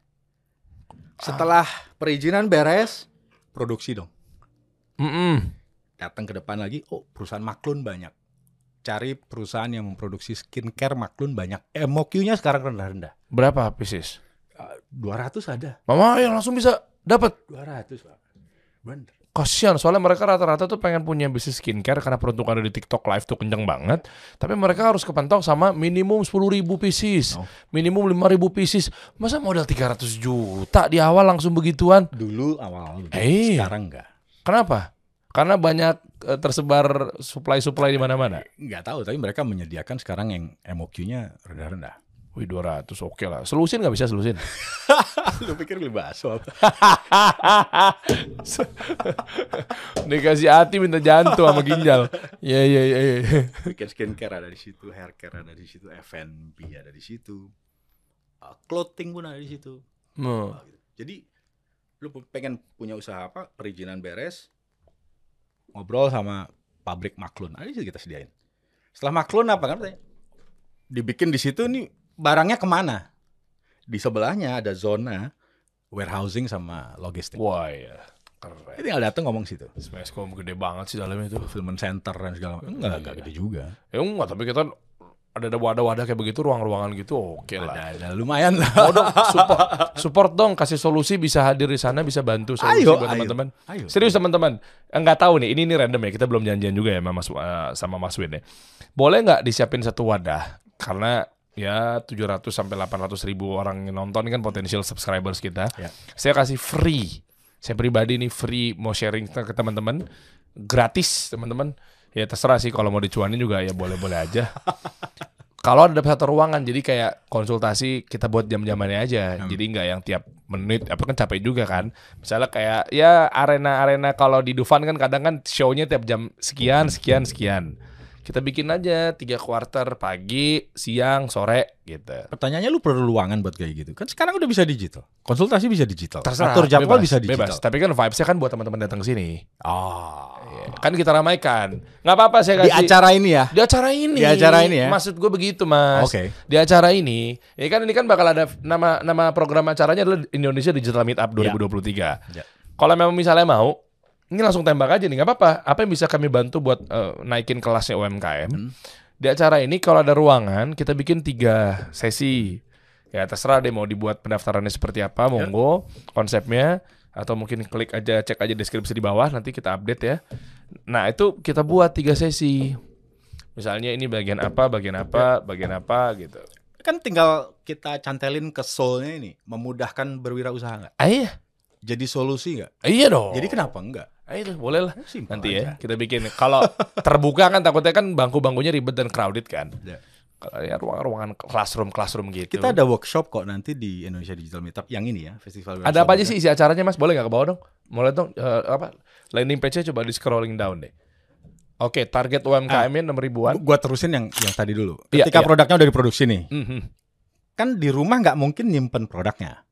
Setelah perizinan beres, produksi dong. Mm-mm. Datang ke depan lagi, oh perusahaan maklun banyak. Cari perusahaan yang memproduksi skincare maklun banyak. M O Q-nya sekarang rendah-rendah. Berapa bisnis? dua ratus ada. Mama yang langsung bisa dapat dua ratus, Pak. Bener. Kasian, soalnya mereka rata-rata tuh pengen punya bisnis skincare karena peruntukan di TikTok Live tuh kenceng banget. Tapi mereka harus kepantau sama minimum sepuluh ribu pieces, oh. minimum lima ribu pieces. Masa modal tiga ratus juta di awal langsung begituan? Dulu awal, eh. sekarang enggak. Kenapa? Karena banyak eh, tersebar supply-supply di mana-mana. Nggak tahu, tapi mereka menyediakan sekarang yang M O Q-nya rendah-rendah. Wih dua ratus oke lah. Selusin nggak bisa selusin? Lu pikir beli bakso apa? Dikasih hati minta jantung sama ginjal. Iya iya iya. iya. Bikin skincare ada di situ, hair care ada di situ, F and B ada di situ, uh, clothing pun ada di situ. Hmm. Jadi lu pengen punya usaha apa, perizinan beres, ngobrol sama pabrik Maklun, ada di situ kita sediain. Setelah Maklun apa kan? Dibikin di situ nih barangnya kemana? Di sebelahnya ada zona warehousing sama logistik. Wah ya. Keren. Jadi tinggal datang ngomong situ. Smescom gede banget sih dalamnya itu. Fulfillment center dan segala macam. Enggak, enggak gede juga. Ya enggak, tapi kita ada ada wadah-wadah kayak begitu, ruang-ruangan gitu, oke lah. Ada, ada lumayan lah. Mau dong support, support dong, kasih solusi, bisa hadir di sana, bisa bantu solusi Ayo, buat ayo, teman-teman. ayo. Serius teman-teman, enggak tahu nih, ini ini random ya, kita belum janjian juga ya sama Mas, uh, sama Mas Win ya. Boleh nggak disiapin satu wadah? Karena ya tujuh ratus sampai delapan ratus ribu orang yang nonton kan potensial subscribers kita. Ya. Saya kasih free. Saya pribadi nih free mau sharing ke teman-teman, gratis teman-teman. Ya terserah sih kalau mau dicuanin juga ya boleh-boleh aja. Kalau ada satu ruangan, jadi kayak konsultasi kita buat jam-jamannya aja. Hmm. Jadi nggak yang tiap menit, apa kan capek juga kan. Misalnya kayak ya arena-arena kalau di Dufan kan kadang kan show-nya tiap jam sekian, sekian, sekian. Kita bikin aja tiga quarter, pagi, siang, sore gitu. Pertanyaannya lu perlu ruangan buat kayak gitu. Kan sekarang udah bisa digital. Konsultasi bisa digital. Terserah, atur jadwal bebas, bisa digital. Bebas. Tapi kan vibes-nya kan buat teman-teman datang ke sini. Oh. Ya, kan kita ramaikan. Nggak apa-apa saya kasih. Di acara ini ya. Di acara ini. Di acara ini ya. Maksud gue begitu, Mas. Oke. Di acara ini, ya kan ini kan bakal ada nama nama program acaranya adalah Indonesia Digital Meetup dua ribu dua puluh tiga. Ya. Kalau memang misalnya mau, ini langsung tembak aja nih, nggak apa-apa. Apa yang bisa kami bantu buat uh, naikin kelasnya U M K M? Hmm. Di acara ini kalau ada ruangan, kita bikin tiga sesi. Ya terserah deh mau dibuat pendaftarannya seperti apa, monggo konsepnya. Atau mungkin klik aja, cek aja deskripsi di bawah, nanti kita update ya. Nah itu kita buat tiga sesi. Misalnya ini bagian apa, bagian apa, bagian apa gitu. Kan tinggal kita cantelin ke soul-nya ini, memudahkan berwirausaha nggak? Ah, iya. Jadi solusi nggak? Iya dong. Jadi kenapa enggak? Ah, itu boleh lah. Simpel Nanti aja. ya kita bikin. Kalau terbuka kan takutnya kan bangku-bangkunya ribet dan crowded kan. Ya. Kalau ya ruangan-ruangan classroom classroom gitu. Kita ada workshop kok nanti di Indonesia Digital Meetup yang ini ya, festival. Ada apa aja sih isi acaranya Mas? Boleh nggak ke bawah dong? Mulai dong uh, apa? Landing page-nya coba di scrolling down deh. Oke, target U M K M-nya enam ribuan. Gua terusin yang yang tadi dulu. Iya, Ketika iya. produknya udah diproduksi nih, Mm-hmm. kan di rumah nggak mungkin nyimpen produknya.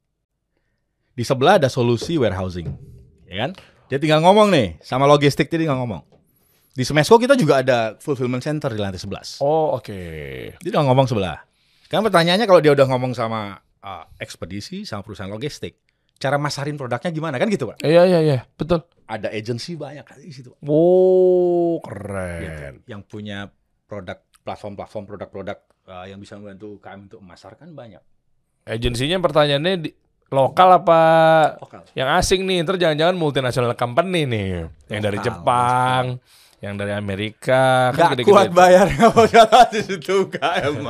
Di sebelah ada solusi warehousing, ya kan? Dia tinggal ngomong nih, sama logistik dia tinggal ngomong. Di Smesco kita juga ada fulfillment center di lantai sebelas. Oh, oke. Dia tinggal ngomong sebelah. Sekarang pertanyaannya kalau dia udah ngomong sama uh, ekspedisi, sama perusahaan logistik, cara masarin produknya gimana kan gitu Pak? Iya, iya, iya. Betul. Ada agensi banyak di situ. Wow, Gitu. keren. Yang punya produk, platform-platform produk-produk uh, yang bisa membantu U K M untuk memasarkan banyak. Agensinya pertanyaannya di, lokal apa Lokal. yang asing nih? Ntar jangan-jangan multinational company nih. Yang dari Lokal, Jepang, yang dari Amerika. Kan Gak kuat bayar nggak di situ U K M.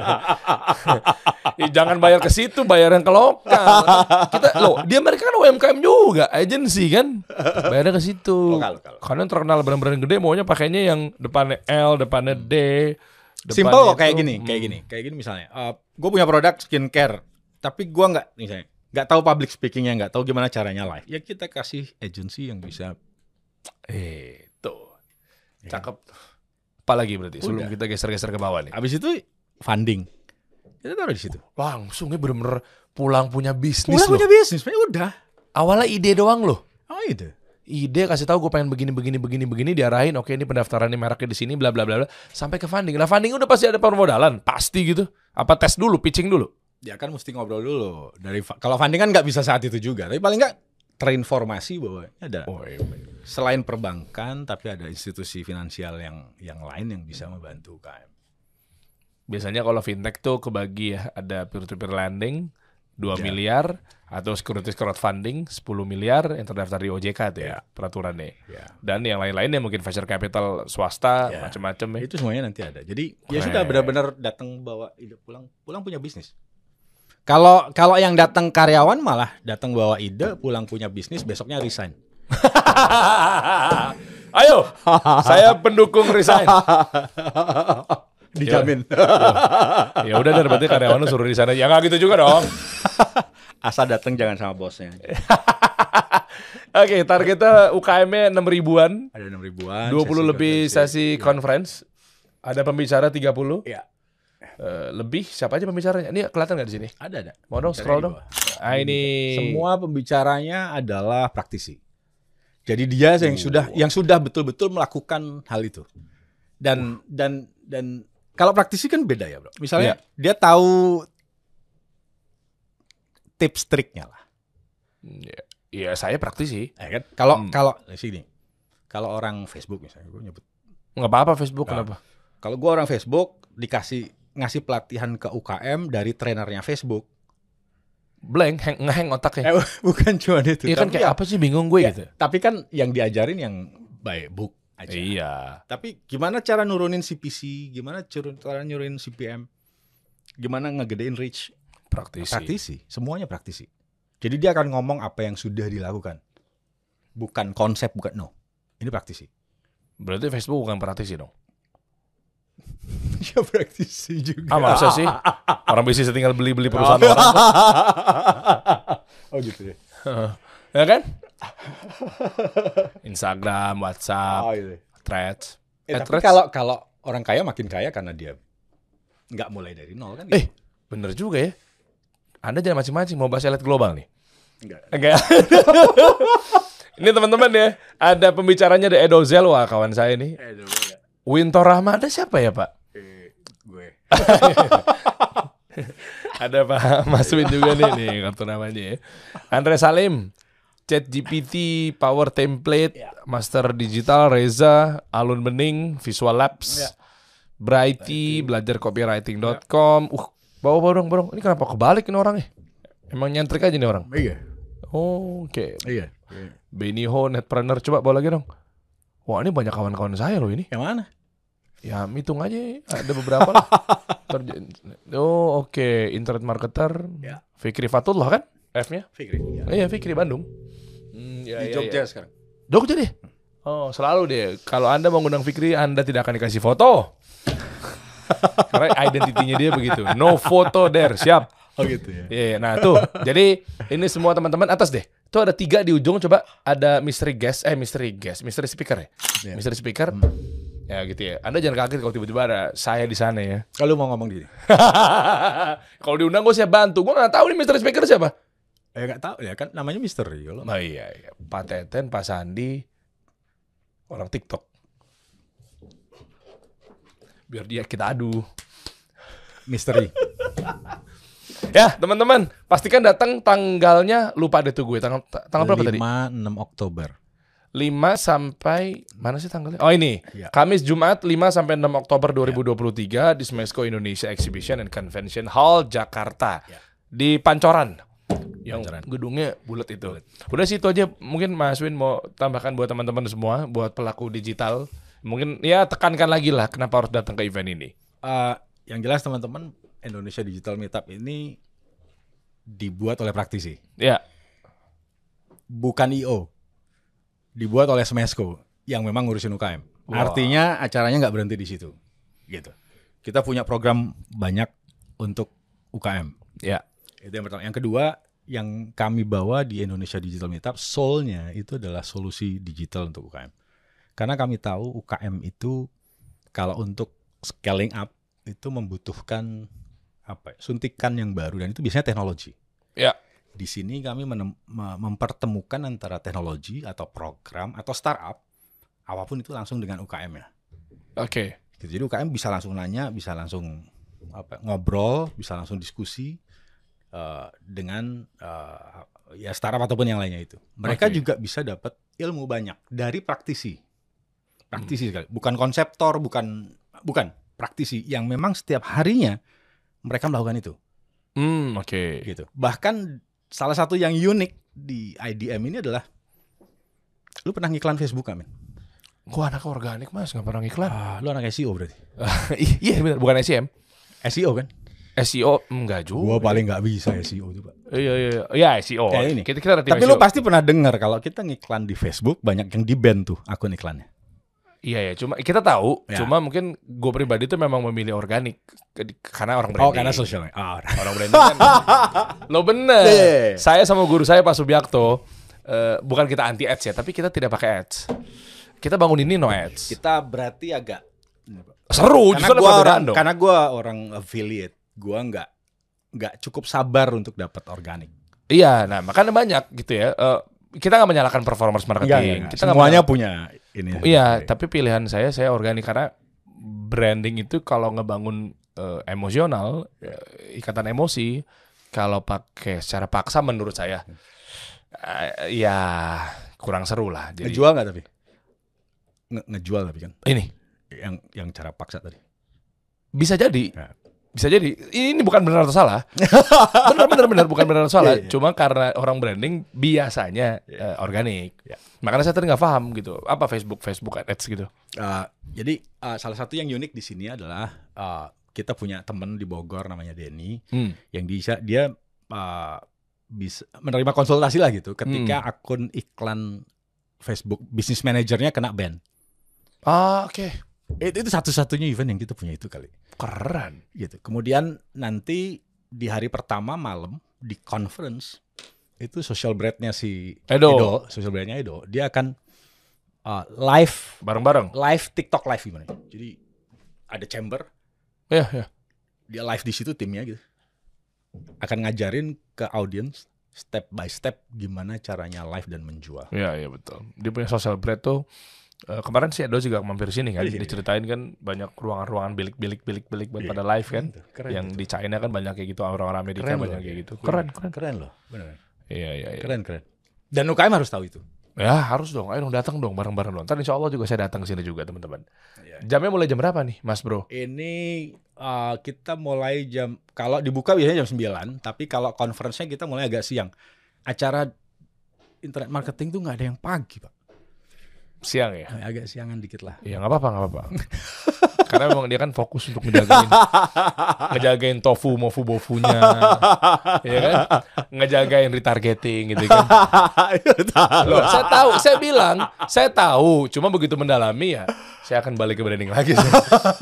Ya, jangan bayar ke situ, bayar yang ke lokal. Kita loh, di Amerika kan U M K M juga, agensi kan. Bayarnya ke situ. Lokal, lokal. Karena yang terkenal brand-brand gede maunya pakainya yang depannya L, depannya D. depannya Simple kok kayak itu. gini, Hmm. kayak gini, kayak gini misalnya. Uh, gue punya produk skincare, tapi gue nggak, misalnya, nggak tahu public speakingnya, nggak tahu gimana caranya live. Ya kita kasih agensi yang bisa. Eh, tuh. Cakep. Apalagi berarti sebelum Udah. kita geser-geser ke bawah nih. Abis itu funding, kita taruh di situ. Langsung ya bener-bener pulang punya bisnis Udah loh. punya bisnis, ya udah. Awalnya ide doang loh. Oh itu. Ide kasih tahu gue pengen begini begini begini begini diarahin, oke ini pendaftarannya mereknya di sini bla bla bla bla sampai ke funding. Lah funding udah pasti ada permodalan, pasti gitu. Apa tes dulu, pitching dulu. Ya kan mesti ngobrol dulu. Dari kalau funding kan nggak bisa saat itu juga, tapi paling nggak terinformasi bahwa ada. Oh, iya. Selain perbankan, tapi ada institusi finansial yang yang lain yang bisa membantu U K M. Biasanya kalau fintech tuh kebagi ya, ada peer-to-peer lending dua Ya. miliar atau securities crowdfunding sepuluh miliar yang terdaftar di O J K tuh ya, peraturannya. Ya. Dan yang lain-lainnya mungkin venture capital swasta, Ya. macam-macam ya. Itu semuanya nanti ada. Jadi ya Keren. sudah benar-benar datang bawa ide pulang, pulang punya bisnis. Kalau kalau yang datang karyawan malah datang bawa ide, pulang punya bisnis, besoknya resign. Ayo, saya pendukung resign. Dijamin. Ya udah, deh, berarti karyawan lu suruh di sana. Ya nggak gitu juga dong. Asal datang jangan sama bosnya. Oke, targetnya U K M-nya enam ribuan. Ada enam ribuan. dua puluh lebih sesi ya. conference. Ada pembicara tiga puluh. Iya. Uh, lebih siapa aja pembicaranya? Ini kelihatan nggak di sini? Ada ada. Mau dong scroll dong. Ah, ini Semua pembicaranya adalah praktisi. Jadi dia yang sudah yang sudah betul-betul melakukan hal itu. Dan dan dan kalau praktisi kan beda ya, Bro. Misalnya dia tahu tips triknya lah. Ya, ya saya praktisi. Ya kan? Kalau Hmm. kalau di sini. Kalau orang Facebook misalnya gue nyebut. Nggak apa-apa Facebook, Nah. kenapa? Kalau gue orang Facebook dikasih ngasih pelatihan ke U K M dari trenernya Facebook. Blank, hang, ngehang otaknya. Eh, bukan cuma itu. Iya kan Tapi kayak ya- apa sih, bingung gue ya, gitu. Tapi kan yang diajarin yang by book aja. Iya. Tapi gimana cara nurunin C P C? Gimana cara cara nurunin C P M? Gimana ngegedein reach? Praktisi. Praktisi, semuanya praktisi. Jadi dia akan ngomong apa yang sudah dilakukan. Bukan konsep, bukan no. Ini praktisi. Berarti Facebook bukan praktisi dong. Ya praktisi juga. Ah, masa sih? Orang bisnis tinggal beli-beli perusahaan orang. Oh gitu ya. Ya kan? Instagram, WhatsApp, Oh gitu. Threads. Eh, Eh, tapi Threads. kalau kalau orang kaya makin kaya karena dia nggak mulai dari nol kan? Eh, bener juga ya. Anda jangan macing-macing, mau bahas elit global nih. Enggak. Enggak. Ini teman-teman ya, ada pembicaranya ada Edo Zelwa, kawan saya nih. Eh, dulu ya. Winto Rahmada siapa ya, Pak? Eh, gue. Ada Pak Mas Win juga nih, nih kartu namanya ya. Andre Salim, ChatGPT, Power Template, Ya. Master Digital, Reza, Alun Bening, Visual Labs, Ya. Brighty, belajar copywriting dot com. Uh, bawa-bawa dong, bro. Ini kenapa kebalik ini orangnya? Emang nyentrik aja nih orang. Iya. Oh, oke. Iya. Benny Ho, Netpreneur, coba bawa lagi dong. Wah, ini banyak kawan-kawan saya loh ini. Yang mana? Ya, hitung aja, ada beberapa lah. Terj- oh, oke. Internet marketer, Ya. Fikri Fatullah kan? F-nya? Fikri. Iya. Iya, Fikri Bandung. Hmm, ya, Di ya, Jogja ya. sekarang. Jogja deh. Oh, selalu deh. Kalau Anda mau ngundang Fikri, Anda tidak akan dikasih foto. Karena identitinya dia begitu. No photo there, siap. Oh gitu ya. Iya, nah tuh. Jadi ini semua teman-teman atas deh. Tuh ada tiga di ujung, coba ada mystery guest, eh mystery guest, mystery speaker ya. Iya. Mystery speaker. Ya gitu ya. Anda jangan kaget kalau tiba-tiba ada saya di sana ya. Kalau mau ngomong di sini. Kalau diundang gue siap bantu. Gue nggak tahu nih mystery speaker siapa. Eh nggak tahu ya kan namanya misteri kalau. Oh iya, iya. Pak Teten, Pak Sandi, orang TikTok. Biar dia kita adu. Misteri. Ya teman-teman, pastikan datang tanggalnya, lupa deh tuh gue. Tanggal, tanggal berapa tadi? lima enam Oktober. lima sampai mana sih tanggalnya? Oh ini, Ya. Kamis Jumat lima sampai enam Oktober dua ribu dua puluh tiga di Smesco Indonesia Exhibition and Convention Hall Jakarta. Ya. Di Pancoran. Yang Pancoran. gedungnya bulat itu. Udah sih itu aja. Mungkin Mas Win mau tambahkan buat teman-teman semua, buat pelaku digital. Mungkin ya tekankan lagi lah kenapa harus datang ke event ini. Eh, yang jelas teman-teman, Indonesia Digital Meetup ini dibuat oleh praktisi, Ya, bukan I O. Dibuat oleh Smesco yang memang ngurusin U K M. Wah. Artinya acaranya nggak berhenti di situ. Gitu. Kita punya program banyak untuk U K M. ya. Itu yang pertama. Yang kedua, yang kami bawa di Indonesia Digital Meetup, soul-nya itu adalah solusi digital untuk U K M. Karena kami tahu U K M itu kalau untuk scaling up itu membutuhkan apa? Ya, suntikan yang baru dan itu biasanya teknologi. Ya. Di sini kami menem- me- mempertemukan antara teknologi atau program atau startup, apapun itu langsung dengan U K M ya. Oke. Gitu. Jadi U K M bisa langsung nanya, bisa langsung apa, ngobrol, bisa langsung diskusi uh, dengan uh, ya startup ataupun yang lainnya itu. Mereka Oke. juga bisa dapat ilmu banyak dari praktisi, praktisi sekali, bukan konseptor, bukan bukan praktisi yang memang setiap harinya mereka melakukan itu. Hmm, oke. Gitu. Bahkan salah satu yang unik di I D M ini adalah, lu pernah ngiklan Facebook kan, men? Gua anak organik mas, nggak pernah ngiklan. Ah, lu anak S E O berarti? Iya benar, bukan S E M. S E O kan? S E O enggak juga. Gua paling nggak bisa S E O itu, Pak. Iya iya iya S E O. Kayak ini. Kita kita ada tim Tapi S E O. lu pasti pernah dengar kalau kita ngiklan di Facebook banyak yang di-ban tuh akun iklannya. Iya ya, cuma kita tahu, Ya. cuma mungkin gue pribadi tuh memang memilih organik ke- karena orang branding. Oh, karena sosialnya. Ah, Orang branding kan. Lo bener. Iya, iya, iya. Saya sama guru saya Pak Subiakto, eh, bukan kita anti ads ya, tapi kita tidak pakai ads. Kita bangun ini no ads. kita berarti agak Seru, karena justru ada gua perbedaan orang dong. karena gua orang affiliate, gua nggak nggak cukup sabar untuk dapat organik. Iya, nah makanya banyak gitu ya. Eh, kita nggak menyalahkan performance marketing. Kita nggak Semuanya menyalahkan- punya ini. Iya, tapi pilihan saya saya organik karena branding itu kalau ngebangun eh, emosional, eh, ikatan emosi, kalau pakai secara paksa menurut saya eh, ya kurang seru lah. Jadi Ngejual nggak tapi? Nge- ngejual tapi kan ini yang yang cara paksa tadi. bisa jadi, Ya. bisa jadi. Ini bukan benar atau salah. benar benar benar bukan benar atau salah. Iya, iya. Cuma karena orang branding biasanya eh, organik. Iya. Makanya saya tadi nggak paham gitu. Apa Facebook Facebook ads gitu. Uh, jadi uh, salah satu yang unik di sini adalah uh, kita punya teman di Bogor namanya Denny Hmm. yang bisa dia uh, bisa menerima konsultasi lah gitu ketika Hmm. akun iklan Facebook bisnis manajernya kena ban. Ah oke. Itu, itu satu-satunya event yang kita punya itu kali. Keren. Gitu. Kemudian nanti di hari pertama malam di conference itu social brandnya si Edo. social brandnya Edo, dia akan uh, live Bareng-bareng. live TikTok live gimana? Jadi ada chamber, Ya ya. dia live di situ timnya gitu. Akan ngajarin ke audience step by step gimana caranya live dan menjual. Iya iya betul. Dia punya social brand tuh eh, kemarin sih Edo juga mampir sini kan. Di sini. Diceritain kan banyak ruangan-ruangan bilik-bilik bilik-bilik buat Iya. pada live kan. Keren Yang itu. di China kan banyak kayak gitu, orang-orang Amerika Keren banyak loh. kayak gitu. Keren keren. Keren loh, benar. Iya iya iya. Keren keren. Dan U K M harus tahu itu. Ya harus dong. Ayo dong datang dong bareng-bareng dong. Ntar insya Allah juga saya datang ke sini juga teman-teman. Iya. Jamnya mulai jam berapa nih Mas Bro? Ini uh, kita mulai jam, kalau dibuka biasanya jam sembilan, tapi kalau conference-nya kita mulai agak siang. Acara internet marketing tuh nggak ada yang pagi, Pak. Siang ya? Agak siangan dikit lah. Iya nggak apa-apa nggak apa-apa. Karena memang dia kan fokus untuk ngejagain ngejagain tofu mofu bofunya, ya kan? Ngejagain retargeting gitu kan. Loh, saya tahu, saya bilang, saya tahu. Cuma begitu mendalami ya, saya akan balik ke branding lagi. Sih.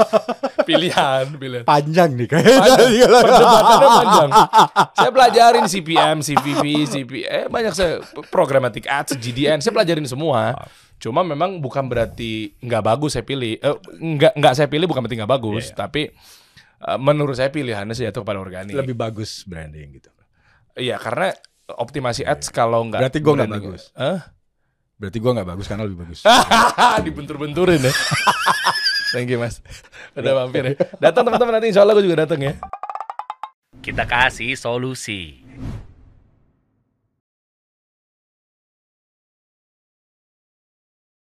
pilihan, pilihan. Panjang nih Panjang, kayaknya. perdebatannya panjang. Saya pelajarin C P M, C V P, C P, eh banyak saya programmatic ads, G D N, saya pelajarin semua. Cuma memang bukan berarti nggak bagus saya pilih, eh, nggak nggak saya pilih bukan berarti nggak bagus, Iya, iya. tapi eh, menurut saya pilihannya sih jatuh kepada organik. Lebih bagus branding gitu. Iya karena optimasi ads kalau nggak Berarti gua nggak branding- bagus. Hah? Berarti gua nggak bagus karena lebih bagus. Dibentur-benturin ya. Thank you mas. Udah mampir ya. Datang teman-teman nanti insya Allah gue juga datang ya. Kita kasih solusi.